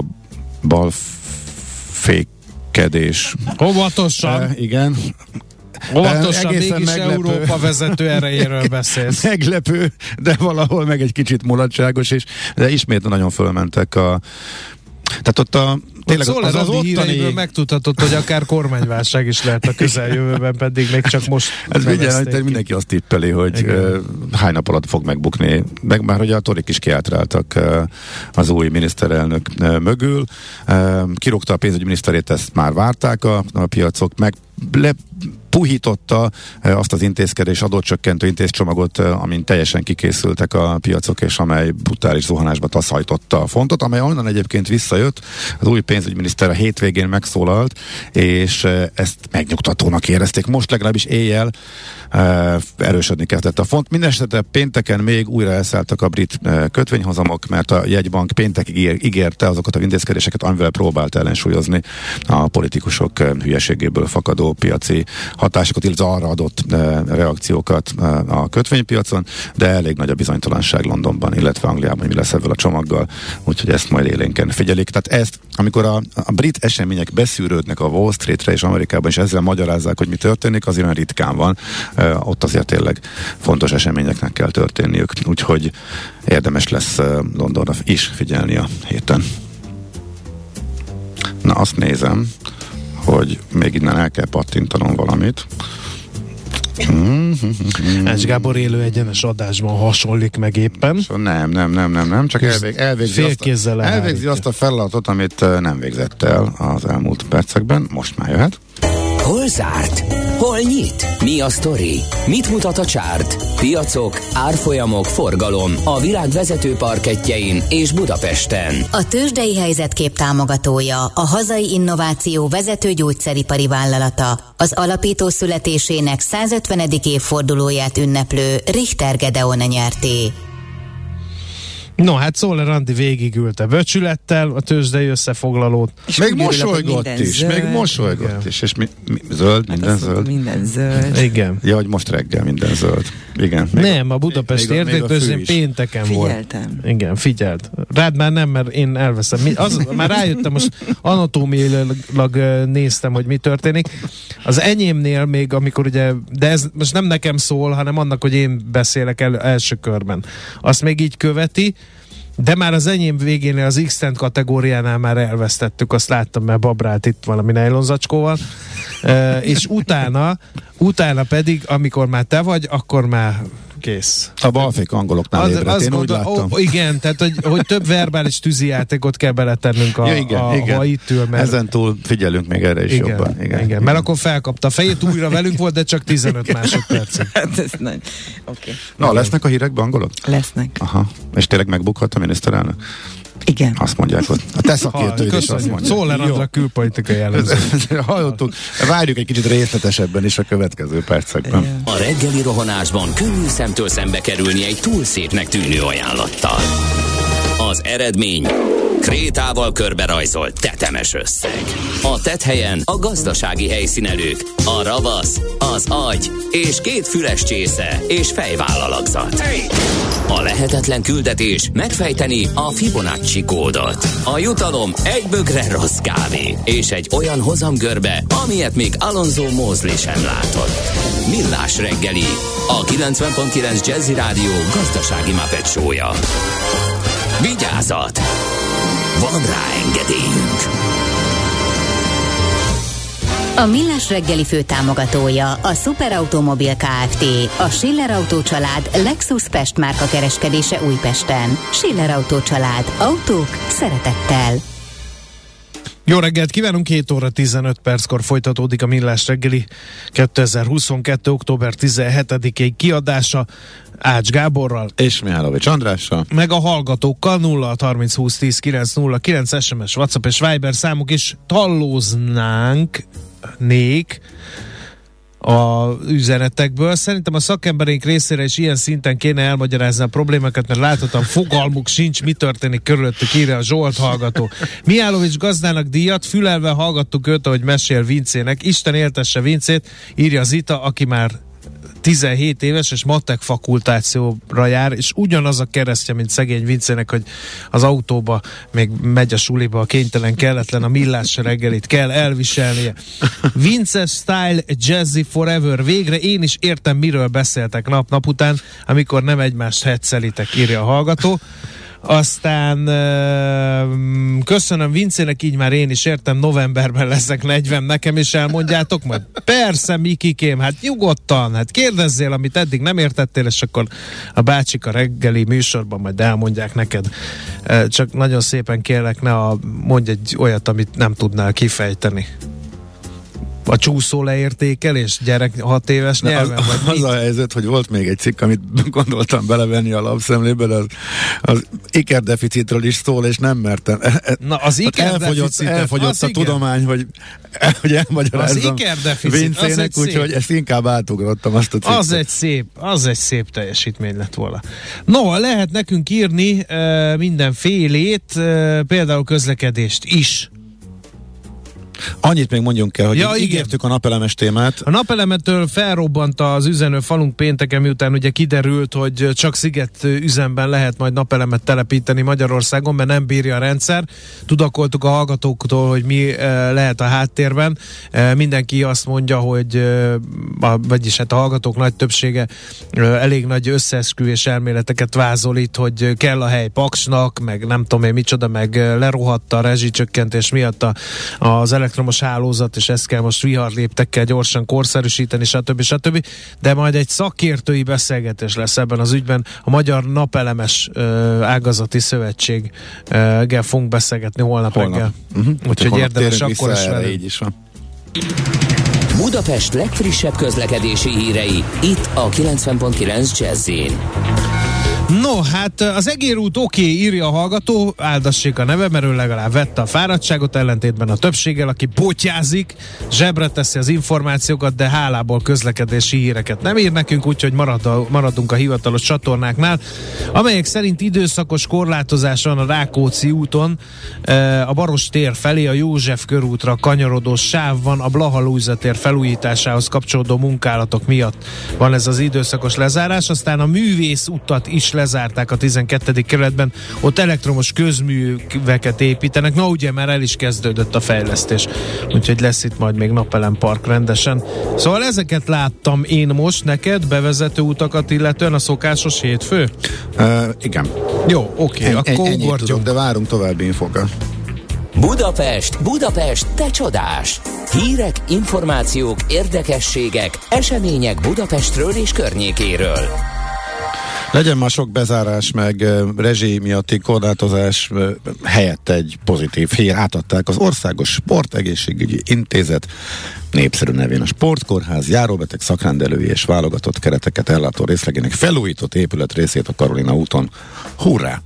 balfékedés. Óvatosan! Uh, igen. Óvatosan, mégis meglepő. Európa vezető erejéről beszélsz. Meglepő, de valahol meg egy kicsit mulatságos, és de ismét nagyon fölmentek a... Tehát ott a... Tényleg az, az, az ottani... híreiből megtudhatod, hogy akár kormányválság is lehet a közeljövőben, pedig még csak most ez vigyen, mindenki azt tippeli, hogy uh, hány nap alatt fog megbukni. Meg már ugye a torik is kiátráltak uh, az új miniszterelnök uh, mögül. Uh, kirúgta a pénzügyminiszterét, ezt már várták a, a piacok, meg le puhította azt az intézkedés, adócsökkentő intézcsomagot, amin teljesen kikészültek a piacok, és amely brutális zuhanásba taszajtotta a fontot, amely onnan egyébként visszajött. Az új pénzügyminiszter a hétvégén megszólalt, és ezt megnyugtatónak érezték. Most legalábbis éjjel erősödni kezdett a font. Mindenesetre pénteken még újra elszálltak a brit kötvényhozamok, mert a jegybank péntekig ígérte azokat a intézkedéseket, amivel próbált ellensúlyozni a politikusok hülyeségéből fakadó piaci hatásokat, illetve arra adott e, reakciókat e, a kötvénypiacon, de elég nagy a bizonytalanság Londonban, illetve Angliában, hogy mi lesz ebből a csomaggal, úgyhogy ezt majd élénken figyelik. Tehát ezt, amikor a, a brit események beszűrődnek a Wall Streetre és Amerikában, és ezzel magyarázzák, hogy mi történik, az olyan ritkán van. E, ott azért tényleg fontos eseményeknek kell történniük, úgyhogy érdemes lesz e, Londonra is figyelni a héten. Na, azt nézem, hogy még innen el kell pattintanom valamit. Ács Gábor élő egyenes adásban hasonlik meg éppen. So, nem, nem, nem, nem, nem, csak elvég, elvégzi, azt a, elvégzi azt a feladatot, amit nem végzett el az elmúlt percekben. Most már jöhet. Hol zárt? Hol nyit? Mi a sztori? Mit mutat a csárt? Piacok, árfolyamok, forgalom a világ vezető parkettjein és Budapesten. A tőzsdei helyzetkép támogatója, a hazai innováció vezető gyógyszeripari vállalata, az alapító születésének százötvenedik évfordulóját ünneplő Richter Gedeon nyerté. No, hát Szoller Andi végigülte becsülettel a tőzsdei összefoglalót. És még mosolygott is, zöld. még mosolygott igen. is. És mi, mi, zöld, hát minden zöld? Minden zöld. Igen. Ja, hogy most reggel minden zöld. Igen. Nem, a Budapesti értéktőzsdén pénteken Figyeltem. volt. Igen, figyelt. Rád már nem, mert én elveszem. Mi, az, már rájöttem, most anatómiailag néztem, hogy mi történik. Az enyémnél még, amikor ugye, de ez most nem nekem szól, hanem annak, hogy én beszélek el első körben. Azt még így követi, de már az enyém végénél az X-Tent kategóriánál már elvesztettük, azt láttam, mert babrált itt valami nejlonzacskóval, e, és utána, utána pedig, amikor már te vagy, akkor már kész. A balfék angoloknál ébredt, én gondol, úgy láttam. Ó, igen, tehát hogy, hogy több verbális tűzijátékot kell beletennünk a, ja, igen, a, igen. ha itt ül. Mert... Ezen túl figyelünk még erre is igen, jobban. Igen, igen, igen, mert akkor felkapta a fejét, újra velünk volt, de csak tizenöt másodpercig. Hát ez nem. Okay. Na, igen. Lesznek a hírekben angolok? Lesznek. Aha. És tényleg megbukhat a miniszterelnök? Igen. Azt mondják, hogy a te szakértőid is azt mondják. Szoller Andra külpolitikai jellemző. Hallottuk. Várjuk egy kicsit részletesebben is a következő percekben. Igen. A reggeli rohanásban könnyű szemtől szembe kerülni egy túl szépnek tűnő ajánlattal. Az eredmény krétával körberajzolt tetemes összeg. A tetthelyen a gazdasági helyszínelők, a ravasz, az agy és két füles csésze és fejvállalakzat. A lehetetlen küldetés megfejteni a Fibonacci kódot. A jutalom egy bögre rossz kávé és egy olyan hozamgörbe, amilyet még Alonso Mosley sem látott. Millás reggeli, a kilencven pont kilenc Jazzy Rádió gazdasági Muppet show-ja. Vigyázat! Van rá engedélyünk! A Millás reggeli főtámogatója a Superautomobil Kft. A Schiller Autó család Lexus Pest márka kereskedése Újpesten. Schiller Autó család. Autók szeretettel. Jó reggelt kívánunk, két óra tizenöt perckor folytatódik a Millás reggeli kétezer-huszonkettő. október tizenhetedikéig kiadása Ács Gáborral és Mihálovics Andrással, meg a hallgatókkal. Nulla harminc húsz tíz kilenc nulla kilenc es em es, WhatsApp és Viber számuk is tallóznánk nék a üzenetekből. Szerintem a szakembereink részére is ilyen szinten kéne elmagyarázni a problémákat, mert láthatóan fogalmuk sincs, mi történik körülöttük, írja a Zsolt hallgató. Mihálovics gazdának díjat, fülelve hallgattuk őt, ahogy mesél Vincének. Isten éltesse Vincét, írja Zita, aki már tizenhét éves, és matek fakultációra jár, és ugyanaz a keresztje, mint szegény Vincének, hogy az autóba még megy a suliba, a kénytelen, kelletlen, a Millás reggelit kell elviselnie. Vince Style Jazzy Forever. Végre én is értem, miről beszéltek nap-nap után, amikor nem egymást hetszelitek, írja a hallgató. Aztán uh, köszönöm Vincének, így már én is értem, novemberben leszek negyven, nekem is elmondjátok majd. Persze, Mikikém, hát nyugodtan, hát kérdezzél, amit eddig nem értettél, és akkor a bácsik a reggeli műsorban majd elmondják neked. Uh, csak nagyon szépen kérlek, ne a, mondj egy olyat, amit nem tudnál kifejteni. A csúszó leértékelés gyerek hat éves nyelven? Az, vagy az a helyzet, hogy volt még egy cikk, amit gondoltam belevenni a lapszemlébe, de az, az ikerdeficitről is szól, és nem mertem. Na, az elfogyott, elfogyott a igen. tudomány, hogy, hogy elmagyarázzam Vincének, úgyhogy ezt inkább átugrottam azt a cikket. Az egy szép, az egy szép teljesítmény lett volna. No, lehet nekünk írni uh, mindenfélét, uh, például közlekedést is. Annyit még mondjunk el, hogy ja, ígértük a napelemes témát. A napelemetől felrobbant az üzenő falunk pénteken, miután ugye kiderült, hogy csak sziget üzemben lehet majd napelemet telepíteni Magyarországon, mert nem bírja a rendszer. Tudakoltuk a hallgatóktól, hogy mi lehet a háttérben. Mindenki azt mondja, hogy vagyis hát a hallgatók nagy többsége elég nagy összeesküvés elméleteket vázol itt, hogy kell a hely Paksnak, meg nem tudom én micsoda, meg lerohadt a rezsicsökkentés miatt a, az elektromos hálózat, és ezt kell most viharléptekkel gyorsan korszerűsíteni, stb. stb. De majd egy szakértői beszélgetés lesz ebben az ügyben. A Magyar Napelemes uh, Ágazati Szövetséggel fogunk beszélgetni holnap, holnap. reggel. Uh-huh. Úgyhogy érdemes akkor is velünk. Így is van. Budapest legfrissebb közlekedési hírei, itt a kilencven pont kilenc Jazzin. No, hát az Egér út oké, okay, írja a hallgató, áldassék a neve, mert ő legalább vette a fáradtságot, ellentétben a többséggel, aki potyázik, zsebre teszi az információkat, de hálából közlekedési híreket nem ír nekünk, úgyhogy marad a, maradunk a hivatalos csatornáknál, amelyek szerint időszakos korlátozás van a Rákóczi úton, a Baros tér felé, a József körútra kanyarodó sáv van, a Blaha Lujza tér felújításához kapcsolódó munkálatok miatt van ez az időszakos lezárás, aztán a Művész utat is lezárták a tizenkettedik kerületben, ott elektromos közműveket építenek, na ugye már el is kezdődött a fejlesztés, úgyhogy lesz itt majd még napelem-park rendesen. Szóval ezeket láttam én most neked, bevezető utakat illetően a szokásos hétfő? Uh, igen. Jó, oké, okay, akkor ugorjunk. De várunk további infokat. Budapest, Budapest, te csodás! Hírek, információk, érdekességek, események Budapestről és környékéről. Legyen már sok bezárás, meg uh, rezsi miatti korlátozás uh, helyett egy pozitív hír. Átadták az Országos Sportegészségügyi Intézet népszerű nevén a Sportkórház járóbeteg szakrendelői és válogatott kereteket ellátó részlegének felújított épület részét a Karolina úton. Hurrá!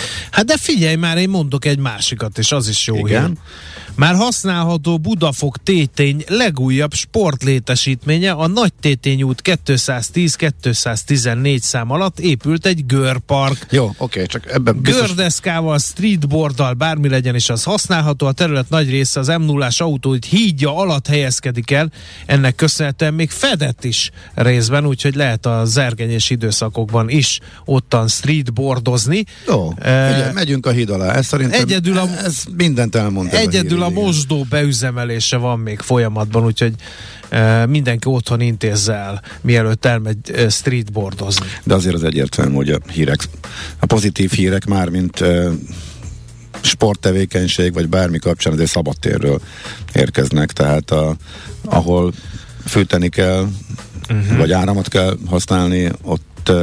Hát de figyelj már, én mondok egy másikat, és az is jó Igen. hír. Már használható Budafok Tétény legújabb sportlétesítménye, a Nagy Tétény út kétszáztíz kétszáztizennégy szám alatt épült egy görpark. Jó, oké, csak ebben biztos... Gördeszkával, streetboarddal, bármi legyen is az használható, a terület nagy része az em nullás autóid hídja alatt helyezkedik el, ennek köszönhetően még fedett is részben, úgyhogy lehet a zergenyés időszakokban is ottan streetboardozni. Jó, E, ugye, megyünk a híd alá, ez szerintem egyedül a, ez mindent elmond. Egyedül a, a mosdó beüzemelése van még folyamatban, úgyhogy e, mindenki otthon intézze el, mielőtt elmegy e, streetboardozni. De azért az egyértelmű, hogy a hírek, a pozitív hírek már, mint e, sporttevékenység, vagy bármi kapcsán azért szabadtérről érkeznek, tehát a, ahol fűteni kell, uh-huh. vagy áramot kell használni, ott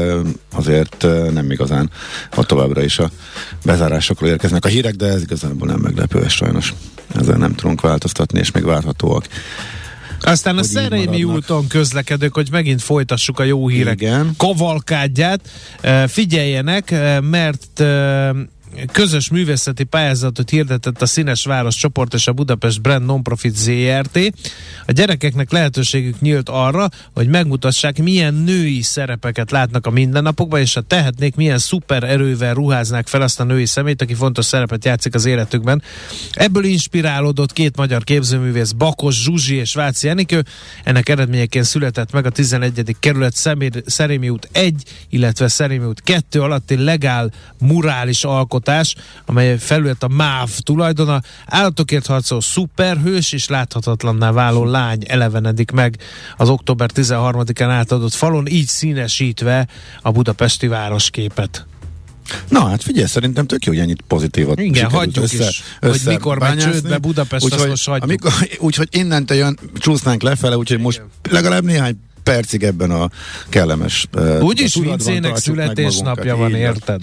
azért nem igazán, ott továbbra is a bezárásokról érkeznek a hírek, de ez igazából nem meglepő, sajnos ezzel nem tudunk változtatni, és még várhatóak. Aztán a Szerémi úton közlekedők, hogy megint folytassuk a jó hírek Igen. kavalkádját. Figyeljenek, mert közös művészeti pályázatot hirdetett a Színes Város csoport és a Budapest Brand Nonprofit zé er té. A gyerekeknek lehetőségük nyílt arra, hogy megmutassák, milyen női szerepeket látnak a mindennapokban, és ha tehetnék, milyen szuper erővel ruháznák fel azt a női személyt, aki fontos szerepet játszik az életükben. Ebből inspirálódott két magyar képzőművész, Bakos Zsuzsi és Váci Enikő. Ennek eredményeként született meg a tizenegyedik kerület Szerémi út egy, illetve Szerémi út kettő alatti legál murális alkotás, amely felület a MÁV tulajdona. Állatokért harcoló szuperhős és láthatatlanná váló lány elevenedik meg az október tizenharmadikán átadott falon, így színesítve a budapesti városképet. Na hát figyelj, szerintem tök jó, hogy ennyit pozitívat Igen, hagyjuk össze, is, össze hogy mikor megy csődbe Budapest, úgy, azt most hagyjuk. Amikor, úgyhogy innentől jön, csúsznánk lefele, úgyhogy most legalább néhány percig ebben a kellemes úgyis Vincének születésnapja van, érted?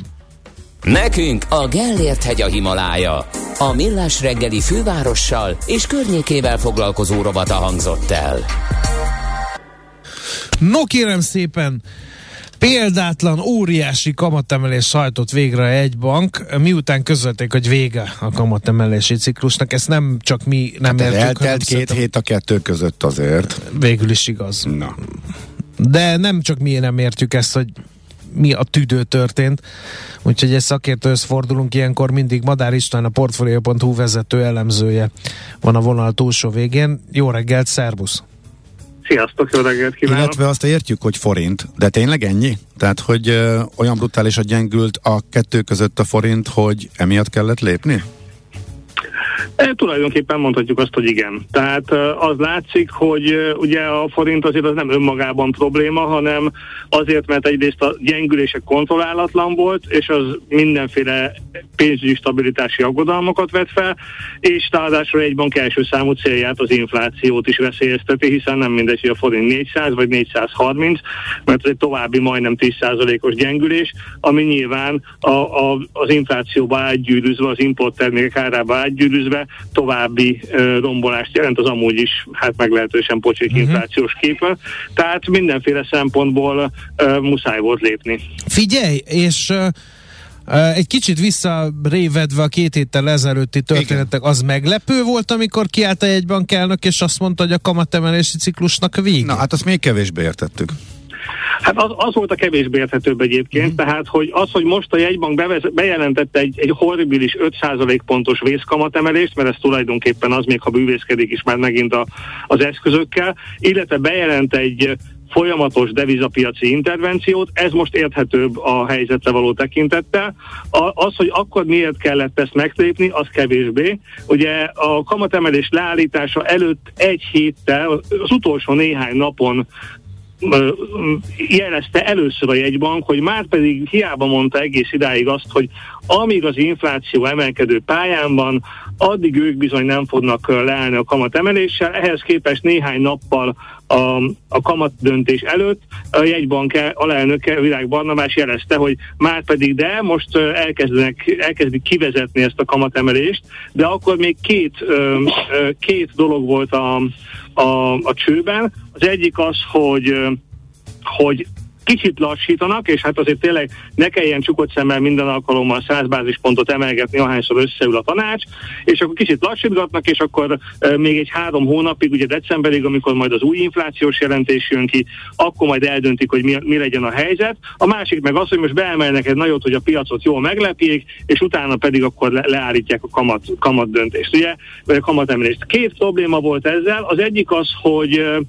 Nekünk a Gellért hegy a Himalája. A Millás reggeli fővárossal és környékével foglalkozó rovata hangzott el. No kérem szépen, példátlan, óriási kamatemelés hajtott végre egy bank, miután közölték, hogy vége a kamatemelési ciklusnak. Ezt nem csak mi nem hát értjük. Eltelt két hét a kettő között azért. Végül is igaz. Na. De nem csak mi nem értjük ezt, hogy mi a tüdő történt. Úgyhogy egy szakértőhöz fordulunk ilyenkor mindig. Madár István, a Portfolio pont hu vezető elemzője van a vonal túlsó végén. Jó reggelt, szervusz! Sziasztok, jó reggelt kívánok! Illetve azt értjük, hogy forint, de tényleg ennyi? Tehát, hogy ö, olyan brutálisan gyengült a kettő között a forint, hogy emiatt kellett lépni? E, tulajdonképpen mondhatjuk azt, hogy igen. Tehát az látszik, hogy ugye a forint azért az nem önmagában probléma, hanem azért, mert egyrészt a gyengülése kontrollálatlan volt, és az mindenféle pénzügyi stabilitási aggodalmakat vet fel, és ráadásul egy bank első számú célját, az inflációt is veszélyezteti, hiszen nem mindegy, hogy a forint négyszáz vagy négyszázharminc, mert ez egy további majdnem tíz százalékos gyengülés, ami nyilván a, a, az inflációba átgyűrűzve, az importtermékek árába átgyűrűzve további uh, rombolást jelent az amúgy is hát meglehetősen pocsék uh-huh. inflációs képen. Tehát mindenféle szempontból uh, muszáj volt lépni. Figyelj, és uh, uh, egy kicsit visszarévedve a két héttel ezelőtti történetek, az meglepő volt, amikor kiállt a jegybank elnök, és azt mondta, hogy a kamatemelési ciklusnak vége? Na, hát azt még kevésbé értettük. Hát az, az volt a kevésbé érthetőbb egyébként, mm. tehát hogy az, hogy most a jegybank bevez, bejelentette egy, egy horribilis öt százalék pontos vészkamatemelést, mert ez tulajdonképpen az, még ha bűvészkedik is már megint a, az eszközökkel, illetve bejelent egy folyamatos devizapiaci intervenciót, ez most érthetőbb a helyzetre való tekintettel. A, az, hogy akkor miért kellett ezt meglépni, az kevésbé. Ugye a kamatemelés leállítása előtt egy héttel, az utolsó néhány napon jelezte először a jegybank, hogy már pedig hiába mondta egész idáig azt, hogy amíg az infláció emelkedő pályán van, addig ők bizony nem fognak leállni a kamatemeléssel. Ehhez képest néhány nappal a, a kamat döntés előtt a jegybank alelnöke, Virág Barnabás jelezte, hogy már pedig de, most elkezdenek, elkezdik kivezetni ezt a kamatemelést, de akkor még két, két dolog volt a, a, a csőben. Az egyik az, hogy, hogy kicsit lassítanak, és hát azért tényleg ne kelljen csukott szemmel minden alkalommal száz bázispontot emelgetni, ahányszor összeül a tanács, és akkor kicsit lassítgatnak, és akkor e, még egy három hónapig, ugye decemberig, amikor majd az új inflációs jelentés jön ki, akkor majd eldöntik, hogy mi, mi legyen a helyzet. A másik meg az, hogy most beemelnek egy nagyot, hogy a piacot jól meglepjék, és utána pedig akkor le, leállítják a kamat, kamat döntést, ugye, vagy a kamatemelést. Két probléma volt ezzel. Az egyik az, hogy e,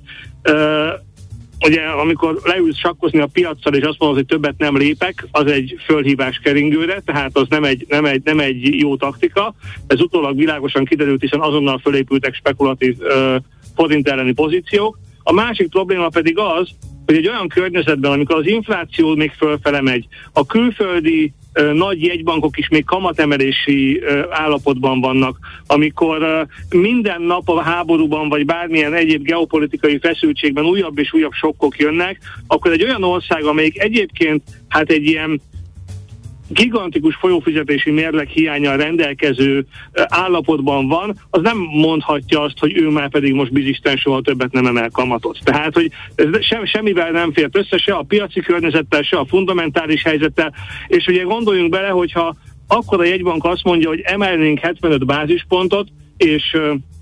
e, ugye, amikor leülsz sakkozni a piaccal, és azt mondod, hogy többet nem lépek, az egy fölhívás keringőre, tehát az nem egy, nem egy, nem egy jó taktika. Ez utólag világosan kiderült, hiszen azonnal fölépültek spekulatív uh, forint elleni pozíciók. A másik probléma pedig az, hogy egy olyan környezetben, amikor az infláció még fölfele megy, a külföldi ö, nagy jegybankok is még kamatemelési ö, állapotban vannak, amikor ö, minden nap a háborúban, vagy bármilyen egyéb geopolitikai feszültségben újabb és újabb sokkok jönnek, akkor egy olyan ország, amelyik egyébként hát egy ilyen gigantikus folyófizetési mérleg hiánnyal rendelkező állapotban van, az nem mondhatja azt, hogy ő már pedig most bizisten soha többet nem emel kamatot. Tehát, hogy ez sem, semmivel nem fért össze, se a piaci környezettel, se a fundamentális helyzettel, és ugye gondoljunk bele, hogyha akkor a jegybank azt mondja, hogy emelnénk hetvenöt bázispontot, és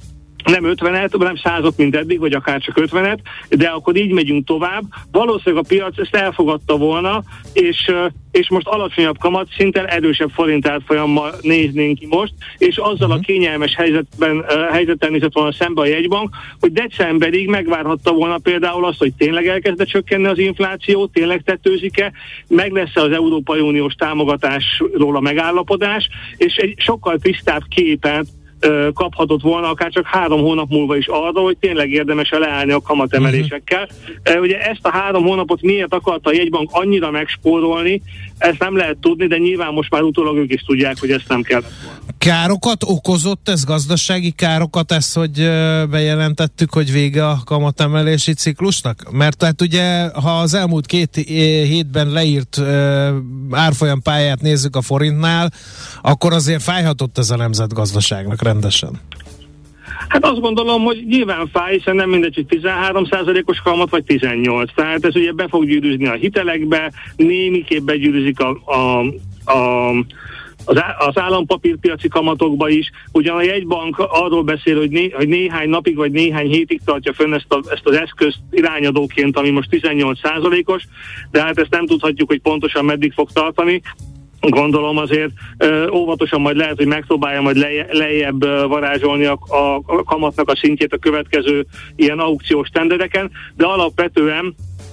nem ötvenet, nem százat, mint eddig, vagy akár csak ötvenet, de akkor így megyünk tovább. Valószínűleg a piac ezt elfogadta volna, és, és most alacsonyabb kamatszinten, erősebb forint árfolyammal néznénk ki most, és azzal a kényelmes helyzetben, helyzettel nézett volna szembe a jegybank, hogy decemberig megvárhatta volna például azt, hogy tényleg elkezd csökkenni az infláció, tényleg tetőzik-e, meg lesz-e az Európai Uniós támogatásról a megállapodás, és egy sokkal tisztább képet kaphatott volna akár csak három hónap múlva is arra, hogy tényleg érdemes leállni a kamatemelésekkel. Uh-huh. Ugye ezt a három hónapot miért akarta a jegybank annyira megspórolni, ezt nem lehet tudni, de nyilván most már utólag ők is tudják, hogy ezt nem kellett volna. Károkat okozott ez, gazdasági károkat ez, hogy bejelentettük, hogy vége a kamatemelési ciklusnak? Mert tehát ugye, ha az elmúlt két hétben leírt árfolyam pályát nézzük a forintnál, akkor azért fájhatott ez a nemzetgazdaságnak rendesen. Hát azt gondolom, hogy nyilván fáj, hiszen nem mindegy, hogy tizenhárom százalékos kamat, vagy tizennyolc. Tehát ez ugye be fog gyűrűzni a hitelekbe, némiképp begyűrűzik a, a, a Az, az állampapírpiaci kamatokba is. Ugyan a jegybank arról beszél, hogy, né, hogy néhány napig vagy néhány hétig tartja fönn ezt, a, ezt az eszközt irányadóként, ami most tizennyolc százalékos, de hát ezt nem tudhatjuk, hogy pontosan meddig fog tartani. Gondolom azért ö, óvatosan majd lehet, hogy megpróbálja majd leje, lejjebb ö, varázsolni a, a, a kamatnak a szintjét a következő ilyen aukciós tendereken, de alapvetően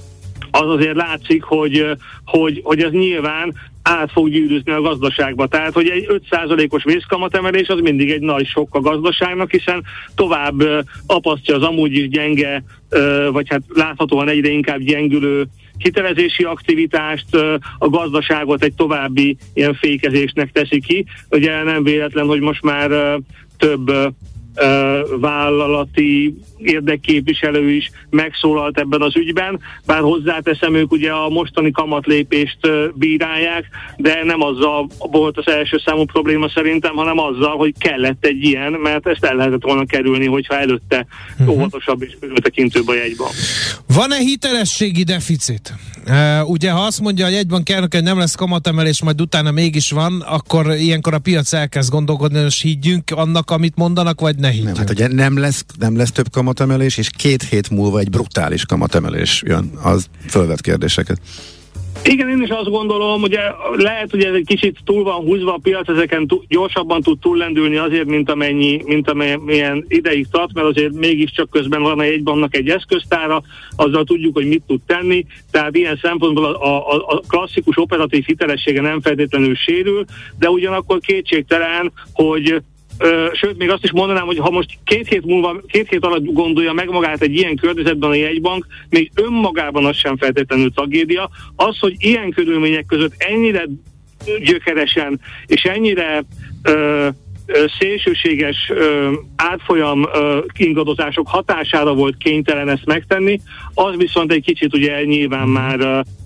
az azért látszik, hogy, hogy, hogy ez nyilván át fog gyűrűzni a gazdaságba. Tehát, hogy egy öt százalékos vészkamatemelés az mindig egy nagy sok a gazdaságnak, hiszen tovább uh, apasztja az amúgy is gyenge, uh, vagy hát láthatóan egyre inkább gyengülő hitelezési aktivitást, uh, a gazdaságot egy további ilyen fékezésnek teszi ki. Ugye nem véletlen, hogy most már uh, több uh, Uh, vállalati érdekképviselő is megszólalt ebben az ügyben, bár hozzáteszem, ők ugye a mostani kamatlépést uh, bírálják, de nem azzal volt az első számú probléma szerintem, hanem azzal, hogy kellett egy ilyen, mert ezt el lehetett volna kerülni, hogyha előtte uh-huh. óvatosabb és körültekintőbb a jegybank. Van-e hitelességi deficit? Uh, ugye, ha azt mondja a jegybank elnök, hogy nem lesz kamatemelés, majd utána mégis van, akkor ilyenkor a piac elkezd gondolkodni, hogy higgyünk annak, amit mondanak, vagy ne higgyünk. Nem, hát ugye nem lesz, nem lesz több kamatemelés, és két hét múlva egy brutális kamatemelés jön. Az fölvet kérdéseket. Igen, én is azt gondolom, ugye lehet, hogy ez egy kicsit túl van húzva a piac, ezeken túl, gyorsabban tud túllendülni azért, mint amennyi, mint amelyen ideig tart, mert azért mégiscsak közben van a jegybanknak egy eszköztára, azzal tudjuk, hogy mit tud tenni, tehát ilyen szempontból a, a, a klasszikus operatív hitelessége nem feltétlenül sérül, de ugyanakkor kétségtelen, hogy Ö, sőt, még azt is mondanám, hogy ha most két hét múlva, két hét alatt gondolja meg magát egy ilyen környezetben a jegybank, még önmagában az sem feltétlenül tragédia. Az, hogy ilyen körülmények között ennyire gyökeresen és ennyire ö, ö, szélsőséges ö, átfolyam ö, ingadozások hatására volt kénytelen ezt megtenni, az viszont egy kicsit ugye nyilván már ö,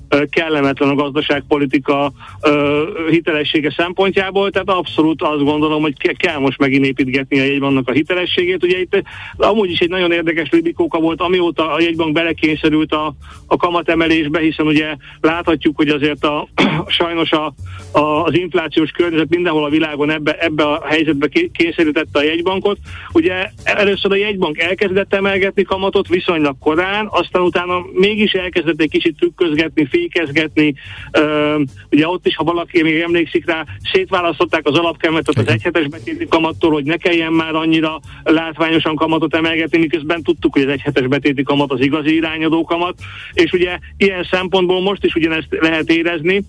kellemetlen a gazdaságpolitika hitelessége szempontjából, tehát abszolút azt gondolom, hogy kell most megint építgetni a jegybanknak a hitelességét. Ugye itt amúgy is egy nagyon érdekes libikóka volt, amióta a jegybank belekényszerült a, a kamatemelésbe, hiszen ugye láthatjuk, hogy azért a, sajnos a, a, az inflációs környezet mindenhol a világon ebbe, ebbe a helyzetbe kényszerítette a jegybankot. Ugye először a jegybank elkezdett emelgetni kamatot viszonylag korán, aztán utána mégis elkezdett egy kicsit trükközgetni, fékezgetni. Uh, ugye ott is, ha valaki még emlékszik rá, szétválasztották az alapkamatot az egyhetes betéti kamattól, hogy ne kelljen már annyira látványosan kamatot emelgetni, miközben tudtuk, hogy az egyhetes betéti kamat az igazi irányadó kamat, és ugye ilyen szempontból most is ugyanezt lehet érezni,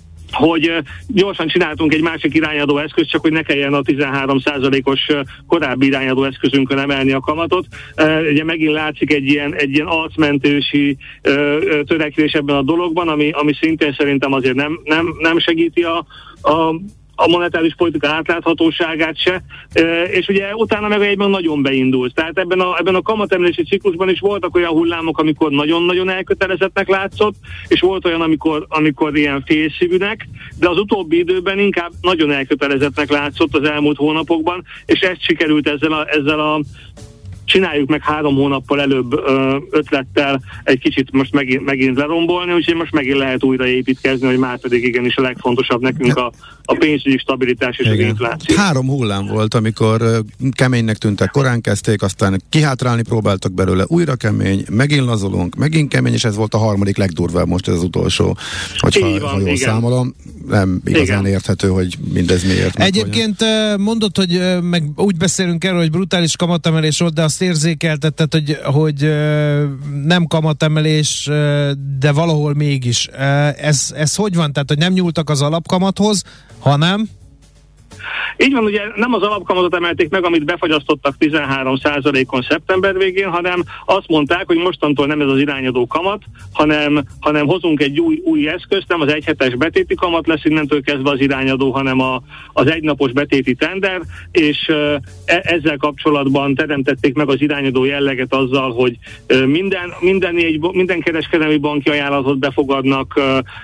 hogy gyorsan csináltunk egy másik irányadó eszközt, csak hogy ne kelljen a tizenhárom százalékos korábbi irányadó eszközünkön emelni a kamatot. Ugye megint látszik egy ilyen, egy ilyen arcmentősi törekvés ebben a dologban, ami, ami szintén szerintem azért nem, nem, nem segíti a, a a monetáris politika átláthatóságát se, és ugye utána meg egyben nagyon beindult. Tehát ebben a, ebben a kamatemelési ciklusban is voltak olyan hullámok, amikor nagyon-nagyon elkötelezettnek látszott, és volt olyan, amikor, amikor ilyen félszívűnek, de az utóbbi időben inkább nagyon elkötelezettnek látszott az elmúlt hónapokban, és ezt sikerült ezzel a, ezzel a csináljuk meg három hónappal előbb ö, ötlettel egy kicsit most megint, megint lerombolni, úgyhogy most megint lehet újra építkezni, hogy már pedig igenis a legfontosabb nekünk a, a pénzügyi stabilitás és igen. Az infláció. Három hullám volt, amikor keménynek tűntek, korán kezdték, aztán kihátrálni próbáltak belőle, újra kemény, megint lazulunk, megint kemény, és ez volt a harmadik legdurvább, most ez az utolsó, hogyha van, ha jól igen. számolom. Nem igazán igen. érthető, hogy mindez miért. Egyébként mondod, hogy meg úgy beszélünk erről, hogy brutális kamatemelés volt, de azt érzékeltetted, hogy, hogy nem kamatemelés, de valahol mégis. Ez, ez hogy van? Tehát, hogy nem nyúltak az alapkamathoz, hanem... Így van, ugye nem az alapkamatot emelték meg, amit befagyasztottak tizenhárom százalékon szeptember végén, hanem azt mondták, hogy mostantól nem ez az irányadó kamat, hanem, hanem hozunk egy új, új eszközt, nem az egyhetes betéti kamat lesz innentől kezdve az irányadó, hanem a, az egynapos betéti tender, és e, ezzel kapcsolatban teremtették meg az irányadó jelleget azzal, hogy minden, minden, egy, minden kereskedelmi banki ajánlatot befogadnak,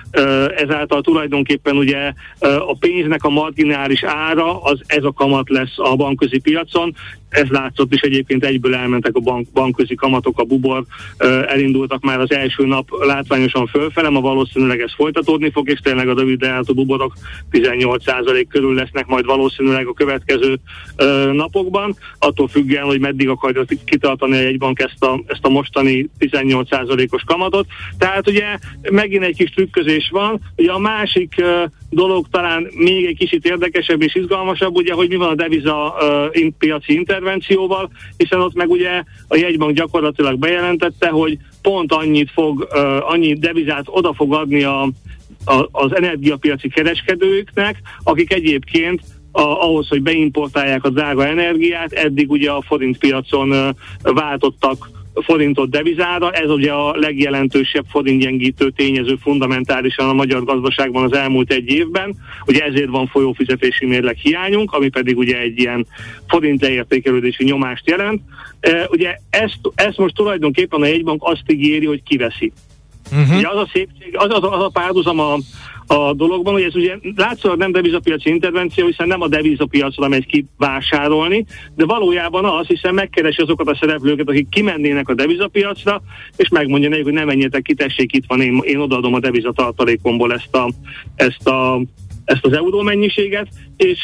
ezáltal tulajdonképpen ugye a pénznek a marginális ára, az ez a kamat lesz a bankközi piacon. Ez látszott is, egyébként egyből elmentek a bank, bankközi kamatok, a bubor elindultak már az első nap látványosan fölfele, ma valószínűleg ez folytatódni fog, és tényleg a rövid lejáratú buborok tizennyolc százalék körül lesznek majd valószínűleg a következő ö, napokban, attól függően, hogy meddig akarja kitartani a jegybank ezt a, ezt a mostani tizennyolc százalékos kamatot. Tehát ugye megint egy kis trükközés van. Ugye a másik ö, dolog talán még egy kicsit érdekesebb és izgalmasabb, ugye, hogy mi van a deviza ö, in, piaci intervencióval, hiszen ott meg ugye a jegybank gyakorlatilag bejelentette, hogy pont annyit fog, uh, annyi devizát oda fog adni a, a, az energiapiaci kereskedőknek, akik egyébként a, ahhoz, hogy beimportálják a drága energiát, eddig ugye a forintpiacon uh, váltottak forintot devizára, ez ugye a legjelentősebb forintgyengítő tényező fundamentálisan a magyar gazdaságban az elmúlt egy évben, ugye ezért van folyófizetési mérleg hiányunk, ami pedig ugye egy ilyen forint leértékelődési nyomást jelent. E, ugye ezt, ezt most tulajdonképpen a jegybank azt ígéri, hogy kiveszi. Uh-huh. Ugye az a szépség, az, az, az a párhuzam a a dologban, hogy ez ugye látszólag nem devizapiaci intervenció, hiszen nem a devizapiacra megy ki vásárolni, de valójában az, hiszen megkeresi azokat a szereplőket, akik kimennének a devizapiacra, és megmondja nekik, hogy nem menjetek ki, tessék, itt van, én, én odaadom a devizatartalékomból ezt, a, ezt, a, ezt az euró mennyiséget, és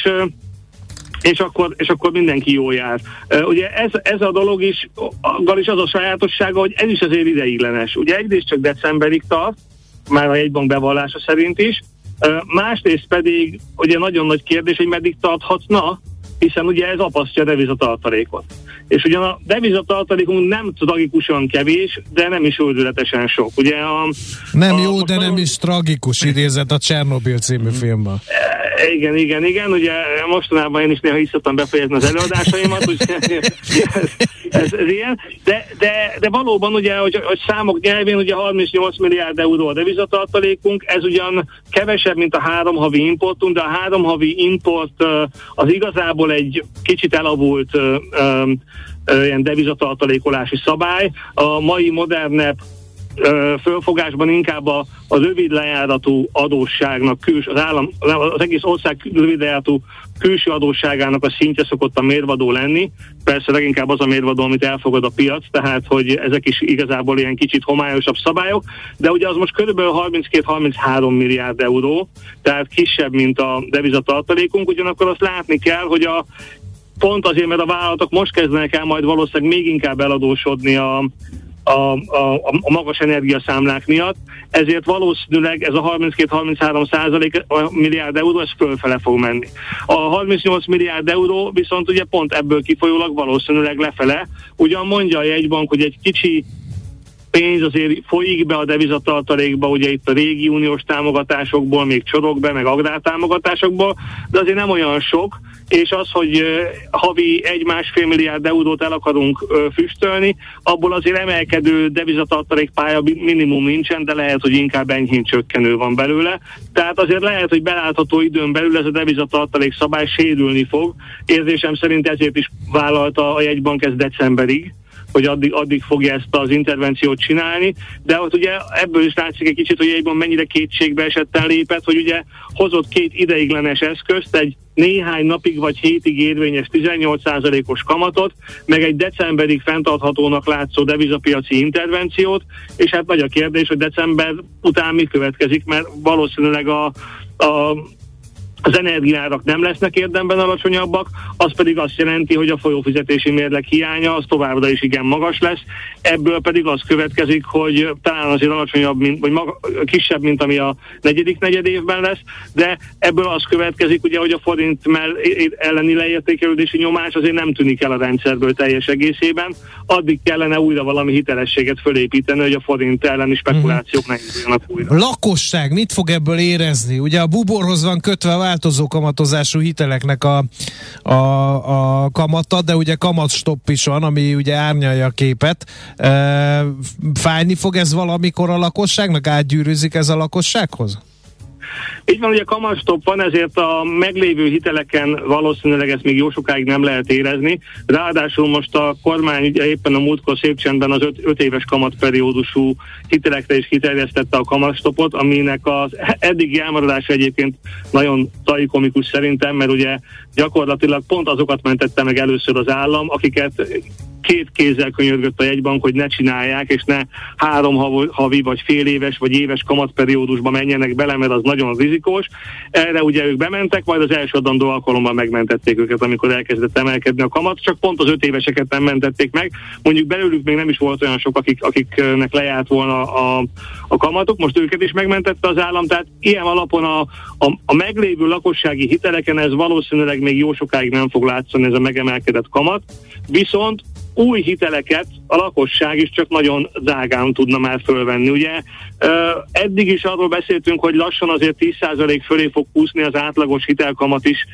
és akkor, és akkor mindenki jól jár. Uh, ugye ez, ez a dolog is, is az a sajátossága, hogy ez is azért ideiglenes. Ugye egyrészt csak decemberig tart, már a jegybank bevallása szerint is. Másrészt pedig ugye nagyon nagy kérdés, hogy meddig tarthatna, hiszen ugye ez apasztja a devizatartalékot. És ugyan a devizatartalékunk nem tragikusan kevés, de nem is őrületesen sok. Ugye a, nem a, jó, de nem is tragikus idézet a Csernobil című filmben. Igen, igen, igen. Ugye mostanában én is néha hiszottam befejezni az előadásaimat, úgyhogy ez, ez, ez ilyen. De, de, de valóban ugye, hogy, hogy számok nyelvén ugye harmincnyolc milliárd euró a devizatartalékunk, ez ugyan kevesebb, mint a három havi importunk, de a három havi import az igazából egy kicsit elavult ilyen devizatartalékolási szabály. A mai modernebb fölfogásban inkább a, a rövid lejáratú adósságnak, küls, az, állam, az egész ország rövid lejáratú külső adósságának a szintje szokott a mérvadó lenni. Persze leginkább az a mérvadó, amit elfogad a piac, tehát hogy ezek is igazából ilyen kicsit homályosabb szabályok, de ugye az most körülbelül harminckét-harminchárom milliárd euró, tehát kisebb, mint a devizatartalékunk, ugyanakkor azt látni kell, hogy a pont azért, mert a vállalatok most kezdenek el majd valószínűleg még inkább eladósodni a A, a, a magas energiaszámlák miatt, ezért valószínűleg ez a harminckét-harminchárom százalék milliárd euró, ez fölfele fog menni. A harmincnyolc milliárd euró viszont ugye pont ebből kifolyólag valószínűleg lefele. Ugyan mondja a jegybank, hogy egy kicsi pénz azért folyik be a devizatartalékba, ugye itt a régi uniós támogatásokból, még csorog be, meg agrártámogatásokból, de azért nem olyan sok, és az, hogy uh, havi egy-másfél milliárd eurót el akarunk uh, füstölni, abból azért emelkedő devizatartalék pálya minimum nincsen, de lehet, hogy inkább enyhén csökkenő van belőle. Tehát azért lehet, hogy belátható időn belül ez a devizatartalék szabály sérülni fog. Érzésem szerint ezért is vállalta a jegybank ezt decemberig, hogy addig, addig fogja ezt az intervenciót csinálni, de ott ugye ebből is látszik egy kicsit, hogy egyben mennyire kétségbe esetten lépett, hogy ugye hozott két ideiglenes eszközt, egy néhány napig vagy hétig érvényes tizennyolc százalékos kamatot, meg egy decemberig fenntarthatónak látszó devizapiaci intervenciót, és hát nagy a kérdés, hogy december után mi következik, mert valószínűleg a, a az energiárak nem lesznek érdemben alacsonyabbak, az pedig azt jelenti, hogy a folyófizetési mérleg hiánya az továbbra is igen magas lesz. Ebből pedig az következik, hogy talán azért alacsonyabb, mint, vagy maga, kisebb, mint ami a negyedik negyed évben lesz, de ebből az következik, ugye, hogy a forint elleni leértékelődési nyomás azért nem tűnik el a rendszerből teljes egészében. Addig kellene újra valami hitelességet fölépíteni, hogy a forint elleni spekulációk ne induljanak újra. Lakosság mit fog ebből érezni? Ugye a buborhoz van kötve változó kamatozású hiteleknek a, a, a kamata, de ugye kamatstopp is van, ami ugye árnyalja a képet. E, fájni fog ez valamikor a lakosságnak? Átgyűrűzik ez a lakossághoz? Így van, ugye kamatstopp van, ezért a meglévő hiteleken valószínűleg ezt még jó sokáig nem lehet érezni. Ráadásul most a kormány ugye éppen a múltkor szép csendben az öt, öt éves kamatperiódusú hitelekre is kiterjesztette a kamatstoppot, aminek az eddigi elmaradása egyébként nagyon tragikomikus szerintem, mert ugye gyakorlatilag pont azokat mentette meg először az állam, akiket két kézzel könyörgött a jegybank, hogy ne csinálják, és ne három havi, vagy fél éves, vagy éves kamatperiódusba menjenek bele, mert az nagyon rizikós. Erre ugye ők bementek, majd az első adandó alkalommal megmentették őket, amikor elkezdett emelkedni a kamat, csak pont az öt éveseket nem mentették meg. Mondjuk belőlük még nem is volt olyan sok, akik, akiknek lejárt volna a, a kamatok, most őket is megmentette az állam, tehát ilyen alapon a, a, a meglévő lakossági hiteleken ez valószínűleg még jó sokáig nem fog látszani, ez a megemelkedett kamat, viszont új hiteleket a lakosság is csak nagyon drágán tudna már fölvenni. Ugye eddig is arról beszéltünk, hogy lassan azért tíz százalék fölé fog kúszni az átlagos hitelkamat is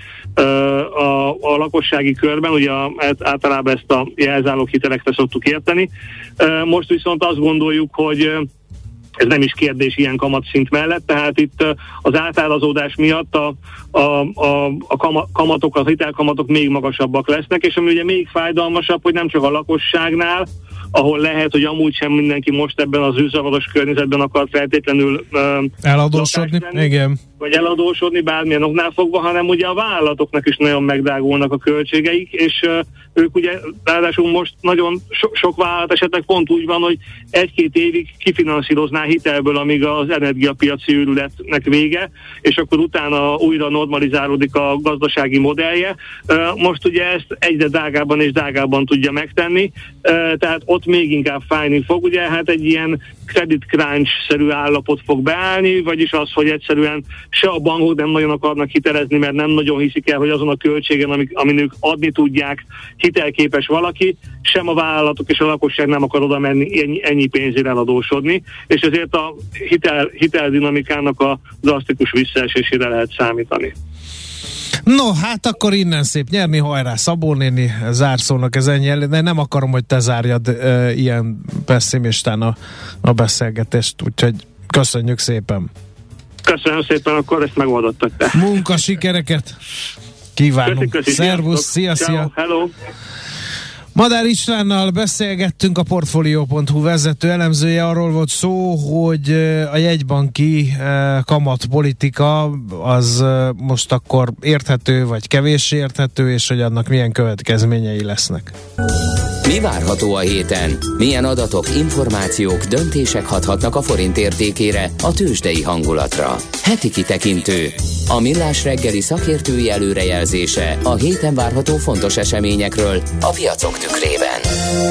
a, a lakossági körben, ugye általában ezt a jelzálók hitelekre szoktuk érteni. Most viszont azt gondoljuk, hogy ez nem is kérdés ilyen kamatszint mellett, tehát itt az átárazódás miatt a, a, a, a kamatok, a hitelkamatok még magasabbak lesznek, és ami ugye még fájdalmasabb, hogy nem csak a lakosságnál, ahol lehet, hogy amúgy sem mindenki most ebben az űrzavaros környezetben akar feltétlenül uh, eladósodni, lenni, igen. vagy eladósodni bármilyen oknál fogva, hanem ugye a vállalatoknak is nagyon megdrágulnak a költségeik, és uh, ők ugye ráadásul most nagyon so- sok vállalat esetleg pont úgy van, hogy egy-két évig kifinanszírozná hitelből, amíg az energiapiaci őrületnek vége, és akkor utána újra normalizálódik a gazdasági modellje. Uh, most ugye ezt egyre drágában és drágában tudja megtenni, uh, tehát ott még inkább fájni fog, ugye hát egy ilyen credit crunch-szerű állapot fog beállni, vagyis az, hogy egyszerűen se a bankok nem nagyon akarnak hitelezni, mert nem nagyon hiszik el, hogy azon a költségen, amik, amin ők adni tudják, hitelképes valaki, sem a vállalatok és a lakosság nem akar oda menni ennyi, ennyi pénzért eladósodni, és ezért a hitel, hiteldinamikának a drasztikus visszaesésére lehet számítani. No, hát akkor innen szép nyerni, hajrá, Szabó néni, zárszónak ez ennyi, de nem akarom, hogy te zárjad e, ilyen pessimistán a, a beszélgetést, úgyhogy köszönjük szépen. Köszönöm szépen, akkor ezt megoldottak te. Munka sikereket kívánunk. Köszi, köszi, szervusz, szia, Ciao, szia. hello. Madár Istvánnal beszélgettünk, a Portfolio pont hu vezető elemzője. Arról volt szó, hogy a jegybanki kamatpolitika az most akkor érthető, vagy kevéssé érthető, és hogy annak milyen következményei lesznek. Mi várható a héten? Milyen adatok, információk, döntések hathatnak a forint értékére, a tőzsdei hangulatra? Heti kitekintő. A Millás reggeli szakértői előrejelzése a héten várható fontos eseményekről a piacok tükrében.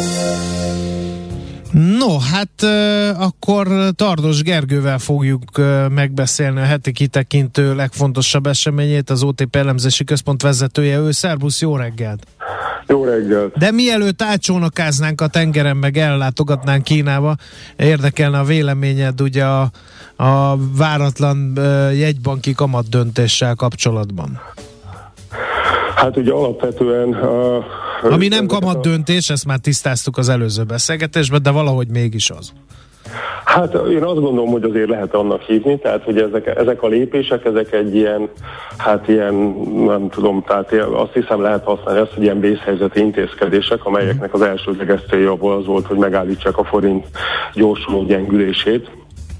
No, hát uh, akkor Tardos Gergővel fogjuk uh, megbeszélni a heti kitekintő legfontosabb eseményét, az o té pé elemzési központ vezetője. Ő, szervusz, jó reggelt! Jó reggelt! De mielőtt átcsónakáznánk a tengeren, meg ellátogatnánk Kínába, érdekelne a véleményed ugye a, a váratlan uh, jegybanki kamat döntéssel kapcsolatban. Hát ugye alapvetően... Uh, Ami nem kamat döntés, ezt már tisztáztuk az előző beszélgetésben, de valahogy mégis az. Hát én azt gondolom, hogy azért lehet annak hívni, tehát hogy ezek, ezek a lépések, ezek egy ilyen, hát ilyen, nem tudom, tehát azt hiszem lehet használni azt, hogy ilyen vészhelyzeti intézkedések, amelyeknek az elsődleges célja az volt, hogy megállítsák a forint gyorsuló gyengülését.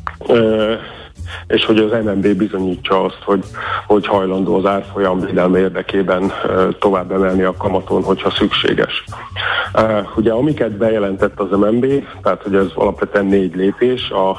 És hogy az em en bé bizonyítsa azt, hogy, hogy hajlandó az árfolyam védelme érdekében uh, tovább emelni a kamaton, hogyha szükséges. Uh, ugye amiket bejelentett az em en bé, tehát hogy ez alapvetően négy lépés, a,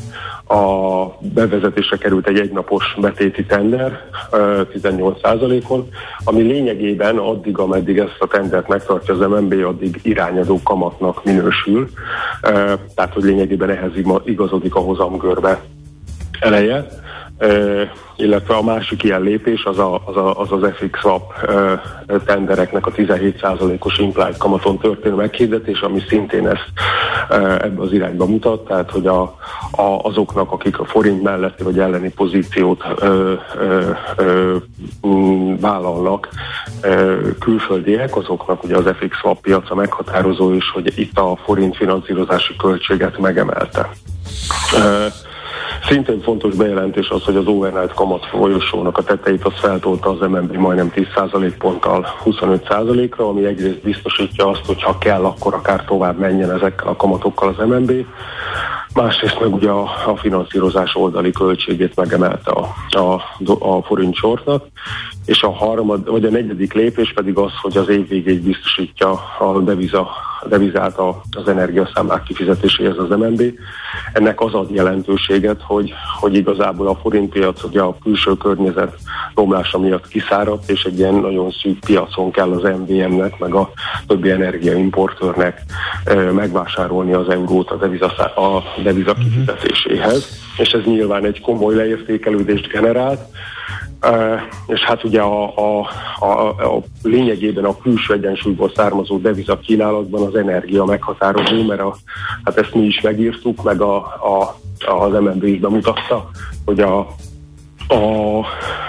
a bevezetésre került egy egynapos betéti tender uh, tizennyolc százalékon, ami lényegében addig, ameddig ezt a tendert megtartja az em en bé, addig irányadó kamatnak minősül, uh, tehát hogy lényegében ehhez igazodik a hozamgörbe eleje, uh, illetve a másik ilyen lépés az a, az, a, az, az ef iksz swap uh, tendereknek a tizenhét százalékos implied kamaton történő meghirdetés, ami szintén ezt uh, ebbe az irányba mutat, tehát hogy a, a, azoknak, akik a forint melletti vagy elleni pozíciót uh, uh, uh, vállalnak uh, külföldiek, azoknak ugye az ef iksz swap piaca meghatározó is, hogy itt a forint finanszírozási költséget megemelte. Uh, Szintén fontos bejelentés az, hogy az overnight kamat folyosónak a tetejét az feltolta az em en bé majdnem tíz százalékponttal huszonöt százalékra, ami egyrészt biztosítja azt, hogy ha kell, akkor akár tovább menjen ezekkel a kamatokkal az em en bé. Másrészt meg ugye a, a finanszírozás oldali költségét megemelte a, a, a forint sortnak, és a harmad, vagy a negyedik lépés pedig az, hogy az év végéig biztosítja a deviza, a devizát az energiaszámlák kifizetéséhez az em en bé. Ennek az ad jelentőséget, hogy, hogy igazából a forintpiac ugye a külső környezet romlása miatt kiszáradt, és egy ilyen nagyon szűk piacon kell az em vé em-nek, meg a többi energiaimportőrnek e, megvásárolni az eurót a deviza, a deviza kifizetéséhez, és ez nyilván egy komoly leértékelődést generált, Uh, és hát ugye a, a, a, a lényegében a külső egyensúlyból származó deviza kínálatban az energia meghatározó, mert a, hát ezt mi is megírtuk, meg a, a, az em en bé is bemutatta, hogy a, a, a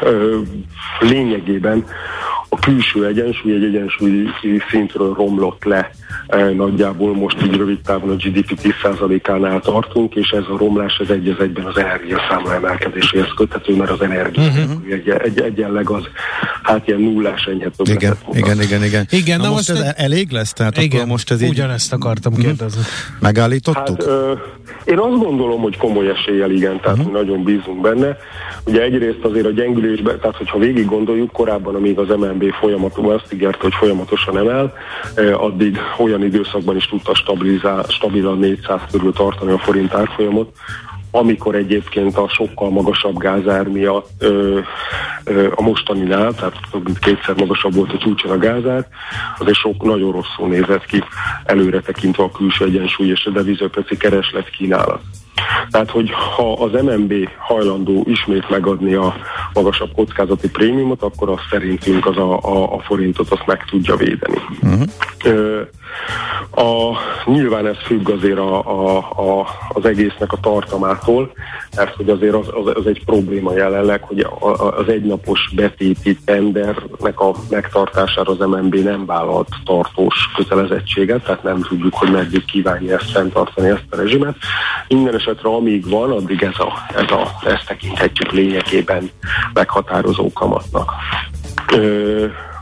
lényegében a külső egyensúly egy egyensúlyi szintről romlott le. E, nagyjából most így rövid távon a gé dé pé tíz százalékánál tartunk, és ez a romlás ez egy az egyben az energiaszámla emelkedéséhez köthető, mert az energia uh-huh. egy, egy, egyenleg az hát ilyen nullás enyhe többletet igen, igen, igen, igen. igen. Na, na most, most ez egy... elég lesz? Tehát igen, akkor most ez így... ugyanezt akartam kérdezni. Uh-huh. Megállítottuk? Hát, ö, én azt gondolom, hogy komoly eséllyel igen, tehát uh-huh. mi nagyon bízunk benne. Ugye egyrészt azért a gyengülésben, tehát hogyha végig gondoljuk, korábban, amíg az em en bé folyamatosan azt ígért, hogy folyamatosan emel, addig olyan időszakban is tudta stabilan négyszáz körül tartani a forint árfolyamot, amikor egyébként a sokkal magasabb gázár miatt ö, ö, a mostaninál, tehát több mint kétszer magasabb volt a csúcson a gázár, azért sok nagyon rosszul nézett ki előre tekintve a külső egyensúly és a devizapiaci kereslet kínálat. Tehát, hogy ha az em en bé hajlandó ismét megadni a magasabb kockázati prémiumot, akkor azt szerintünk az a, a, a forintot azt meg tudja védeni. Uh-huh. Ö, a, nyilván ez függ azért a, a, a, az egésznek a tartamától, mert hogy azért az, az, az egy probléma jelenleg, hogy az egynapos betéti tendernek a megtartására az em en bé nem vállalt tartós kötelezettséget, tehát nem tudjuk, hogy meddig kívánja ezt fenntartani, ezt a rezsimet. Minden esetre amíg van, addig ez a, ez a, ezt tekinthetjük lényegében meghatározó kamatnak. Ö,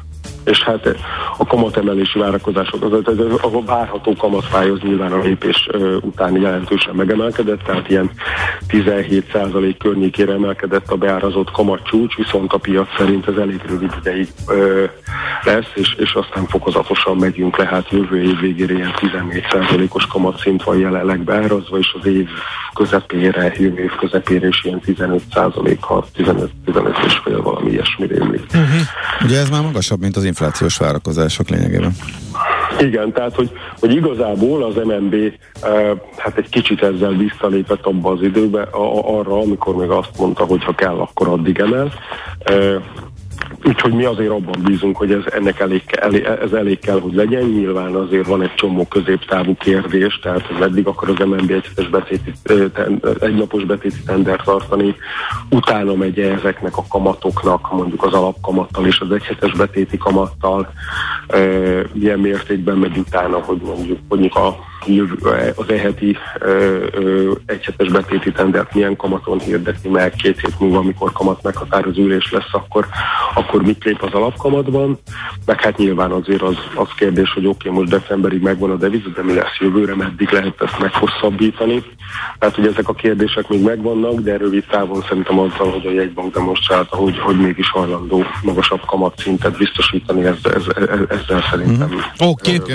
és hát a kamatemelési várakozások, az, a várható kamatpálya az nyilván a lépés után jelentősen megemelkedett, tehát ilyen tizenhét százalék környékére emelkedett a beárazott kamatcsúcs, viszont a piac szerint ez elég rövid ideig ö, lesz, és, és aztán fokozatosan megyünk le, hát jövő év végére ilyen tizennégy százalékos kamatszint van jelenleg beárazva, és az év közepére, jövő év közepére is ilyen tizenöt százalék, ha tizenöt és fél valami ilyesmi rémlik. Uh-huh. Ugye ez már magasabb, mint az inflációs várakozások lényegében. Igen, tehát, hogy, hogy igazából az em en bé uh, hát egy kicsit ezzel visszalépett abba az időbe, a, arra, amikor még azt mondta, hogy ha kell, akkor addig emel. Uh, Úgyhogy mi azért abban bízunk, hogy ez ennek elég, elég, ez elég kell, hogy legyen. Nyilván azért van egy csomó középtávú kérdés, tehát hogy meddig akar az em en bé egy, betéti, egy napos betéti tender tartani, utána megy ezeknek a kamatoknak, mondjuk az alapkamattal és az egyhetes betéti kamattal, e, milyen mértékben megy utána, hogy mondjuk, mondjuk a az e-heti egyhetes betéti tendert milyen kamaton hirdeti meg, két hét múlva, amikor kamat meghatározó ülés lesz, akkor, akkor mit lép az alapkamatban, meg hát nyilván azért az, az kérdés, hogy oké, okay, most decemberig megvan a deviza, de mi lesz jövőre, meddig lehet ezt meghosszabbítani. Tehát, hogy ezek a kérdések még megvannak, de rövid távon szerintem azzal, hogy a jegybank demonstrálta, hogy, hogy mégis hajlandó magasabb kamatszintet biztosítani, ezzel, ezzel, ezzel szerintem. Mm. Oké. Okay.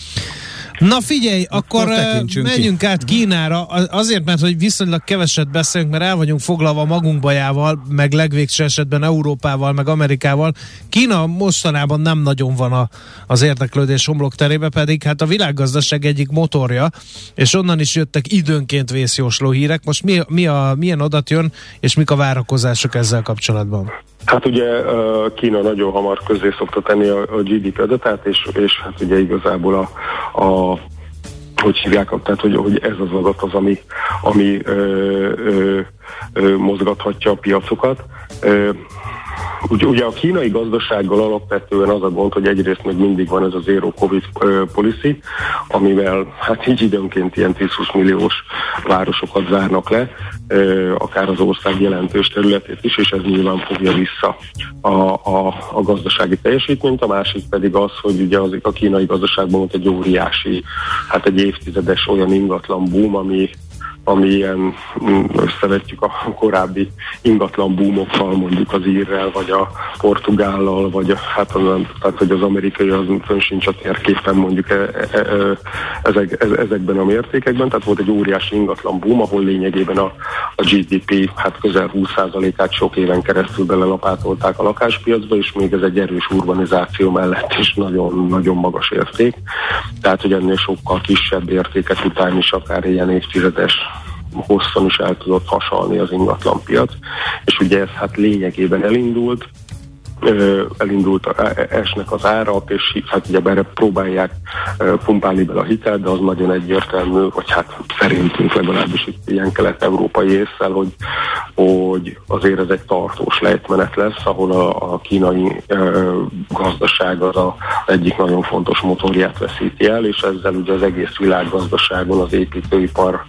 Na figyelj, akkor, akkor menjünk ki. át Kínára, azért, mert hogy viszonylag keveset beszélünk, mert el vagyunk foglalva magunk bajával, meg legvégső esetben Európával, meg Amerikával. Kína mostanában nem nagyon van a, az érdeklődés homlokterébe, pedig hát a világgazdaság egyik motorja, és onnan is jöttek időnként vészjósló hírek. Most mi, mi a, milyen adat jön, és mik a várakozások ezzel kapcsolatban? Hát ugye Kína nagyon hamar közé szokta tenni a, a gé dé pé adatát, és, és hát ugye igazából a, a hogy hívják, tehát hogy, hogy ez az adat az, ami, ami ö, ö, ö, mozgathatja a piacokat. Ö, Ugye, ugye a kínai gazdasággal alapvetően az a gond, hogy egyrészt még mindig van ez a zero covid policy, amivel hát így időnként ilyen tíz-húsz milliós városokat zárnak le, akár az ország jelentős területét is, és ez nyilván fogja vissza a, a, a gazdasági teljesítményt. A másik pedig az, hogy ugye az, a kínai gazdaságban volt egy óriási, hát egy évtizedes olyan ingatlan boom, ami ami ilyen, összevetjük a korábbi ingatlan boomokkal, mondjuk az írrel, vagy a portugállal, vagy a, hát az, tehát, hogy az amerikai az fönn sincs a térképen mondjuk e, e, e, ezek, ezekben a mértékekben, tehát volt egy óriási ingatlan boom, ahol lényegében a, a gé dé pé hát közel húsz százalékát sok éven keresztül belelapátolták a lakáspiacba, és még ez egy erős urbanizáció mellett is nagyon, nagyon magas érték. Tehát, hogy ennél sokkal kisebb értékek után is akár ilyen évtizedes hosszan is el tudott hasalni az ingatlanpiac, és ugye ez hát lényegében elindult, elindult, esnek az árak, és hát ugye erre próbálják pumpálni bele a hitelt, de az nagyon egyértelmű, vagy hát szerintünk legalábbis itt ilyen kelet-európai ésszel, hogy, hogy azért ez egy tartós lejtmenet lesz, ahol a, a kínai ö, gazdaság az a, egyik nagyon fontos motorját veszíti el, és ezzel ugye az egész világgazdaságon az építőipar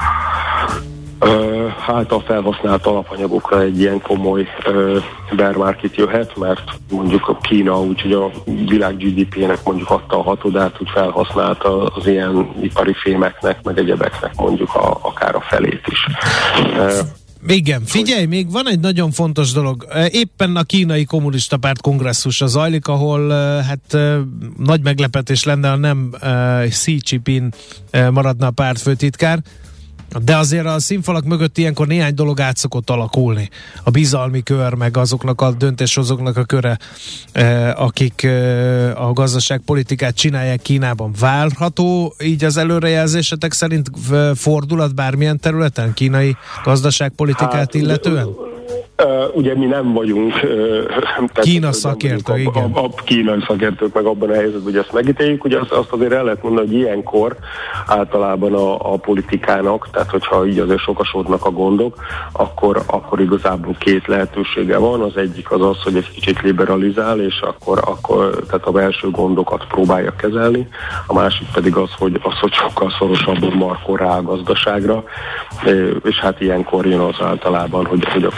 Uh, által felhasznált alapanyagokra egy ilyen komoly uh, bear market jöhet, mert mondjuk a Kína úgyhogy a világ gé dé pének mondjuk adta a hatodát, úgy felhasználta az ilyen ipari fémeknek, meg egyebeknek mondjuk a, akár a felét is. Uh, Igen, figyelj, még van egy nagyon fontos dolog. Éppen a kínai kommunista párt kongresszusa zajlik, ahol hát nagy meglepetés lenne, ha nem Xi Jinping maradna a pártfőtitkár, de azért a színfalak mögött ilyenkor néhány dolog át szokott alakulni. A bizalmi kör, meg azoknak a döntéshozóknak a köre, akik a gazdaságpolitikát csinálják Kínában. Várható így az előrejelzésetek szerint fordulat bármilyen területen kínai gazdaságpolitikát hát, illetően? Uh, ugye mi nem vagyunk uh, Kína szakértő, igen. A, a, a kínai szakértők meg abban a helyzetben, hogy ezt megítéljük, ugye azt, azt azért el lehet mondani, hogy ilyenkor általában a, a politikának, tehát hogyha így azért sokasodnak a gondok, akkor, akkor igazából két lehetősége van. Az egyik az az, hogy egy kicsit liberalizál, és akkor, akkor tehát a belső gondokat próbálja kezelni. A másik pedig az, hogy, az, hogy sokkal szorosabban markol rá a gazdaságra, és hát ilyenkor jön az általában, hogy, hogy akkor a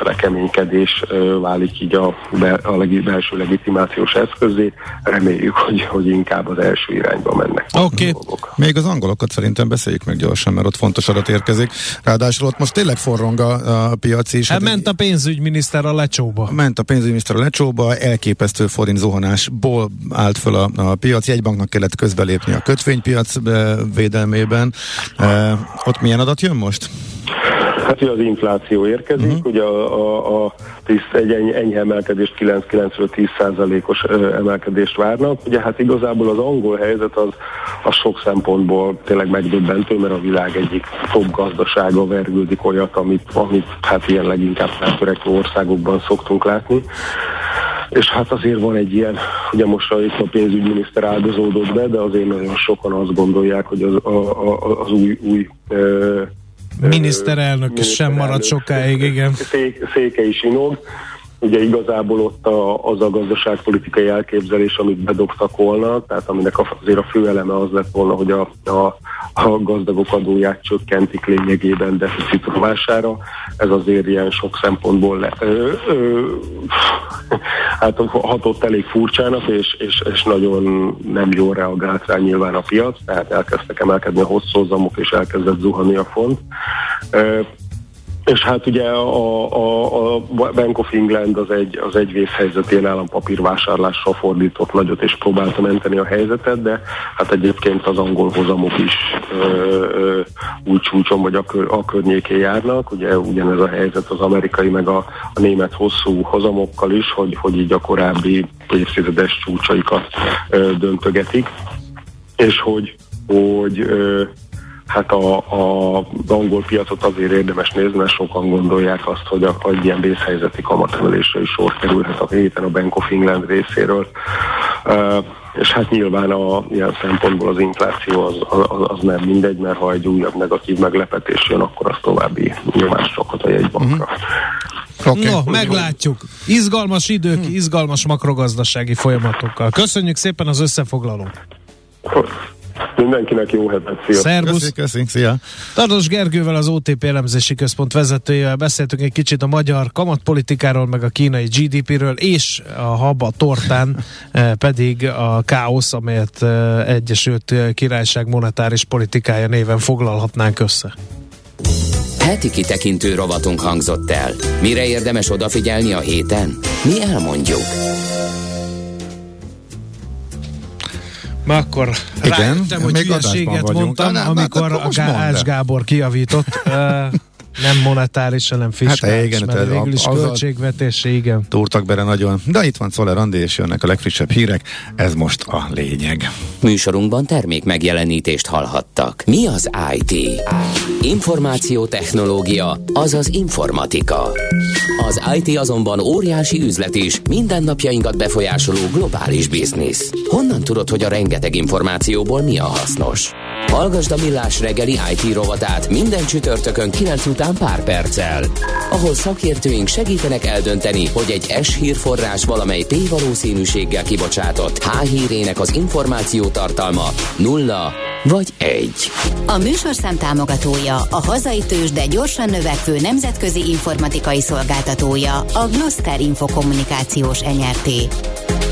mindenféle keménykedés válik így a, a legi, belső legitimációs eszközé. Reméljük, hogy, hogy inkább az első irányba mennek. Oké. Okay. Még az angolokat szerintem beszéljük meg gyorsan, mert ott fontos adat érkezik. Ráadásul ott most tényleg forrong a, a piac is. Hát ment a pénzügyminiszter a lecsóba. Ment a pénzügyminiszter a lecsóba, elképesztő forint zuhanásból állt föl a, a piac. Jegybanknak kellett közbelépni a kötvénypiac védelmében. E, ott milyen adat jön most? Hát ugye az infláció érkezik, uh-huh. ugye a, a, a tíz, egy enyhe emelkedést, kilenc-kilencről tíz százalékos emelkedést várnak. Ugye hát igazából az angol helyzet az, az sok szempontból tényleg megdöbbentő, mert a világ egyik top gazdasága vergődik olyat, amit, amit hát ilyen leginkább feltörekvő országokban szoktunk látni. És hát azért van egy ilyen, ugye most a, itt a pénzügyminiszter áldozódott be, de azért nagyon sokan azt gondolják, hogy az, a, a, az új, új ö, miniszterelnök is sem marad sokáig, igen. Szék, széke is inog. Ugye igazából ott a, az a gazdaságpolitikai elképzelés, amit bedobtak volna, tehát aminek azért a fő eleme az lett volna, hogy a, a, a gazdagok adóját csökkentik lényegében deficit rovására. Ez azért ilyen sok szempontból le, ö, ö, hát hatott elég furcsának, és, és, és nagyon nem jól reagált rá nyilván a piac, tehát elkezdtek emelkedni a hosszhozamok, és elkezdett zuhanni a font. Ö, És hát ugye a, a, a Bank of England az egy, az egy vészhelyzet, ilyen állampapírvásárlással fordított nagyot, és próbálta menteni a helyzetet, de hát egyébként az angol hozamok is ö, ö, úgy csúcson, vagy a, kör, a környékén járnak. Ugye ugyanez a helyzet az amerikai, meg a, a német hosszú hozamokkal is, hogy, hogy így a korábbi évtizedes csúcsaikat ö, döntögetik, és hogy, hogy ö, hát a, a, az angol piacot azért érdemes nézni, mert sokan gondolják azt, hogy a, egy ilyen vészhelyzeti kamatemelésre is sor kerülhet a héten a Bank of England részéről. Uh, és hát nyilván a, ilyen szempontból az infláció az, az, az nem mindegy, mert ha egy újabb negatív meglepetés jön, akkor az további nyomást rakhat a jegybankra. Uh-huh. Okay. No, meglátjuk. Izgalmas idők, hmm. izgalmas makrogazdasági folyamatokkal. Köszönjük szépen az összefoglalót. Mindenkinek jó hetet, szia! Szervusz! Köszönjük, szia! Tardos Gergővel, az o té pé elemzési központ vezetőjével beszéltünk egy kicsit a magyar kamatpolitikáról, meg a kínai gé dé péről, és a hab a tortán pedig a káosz, amelyet Egyesült Királyság monetáris politikája néven foglalhatnánk össze. Heti kitekintő rovatunk hangzott el. Mire érdemes odafigyelni a héten? Mi elmondjuk. Ma akkor igen, rájöttem, hogy hülyeséget mondtam, nem, amikor a Ács Gábor kijavított. uh, nem monetáris, hanem fiskális, hát, igen, mert végül is költségvetési, igen. Túrtak bele nagyon. De itt van Czoller Andi, és jönnek a legfrissebb hírek. Ez most a lényeg. Műsorunkban termék megjelenítést hallhattak. Mi az i té? Információtechnológia, azaz informatika. Az i té azonban óriási üzlet is, mindennapjainkat befolyásoló globális biznisz. Honnan tudod, hogy a rengeteg információból mi a hasznos? Hallgasd a Millás reggeli i té rovatát minden csütörtökön kilenc után pár perccel, ahol szakértőink segítenek eldönteni, hogy egy S hírforrás valamely P-valószínűséggel kibocsátott H-hírének az információ tartalma nulla vagy egy. A műsorszám támogatója, a hazai tőzsde gyorsan növekvő nemzetközi informatikai szolgáltatója, a Gloster Infokommunikációs en er té.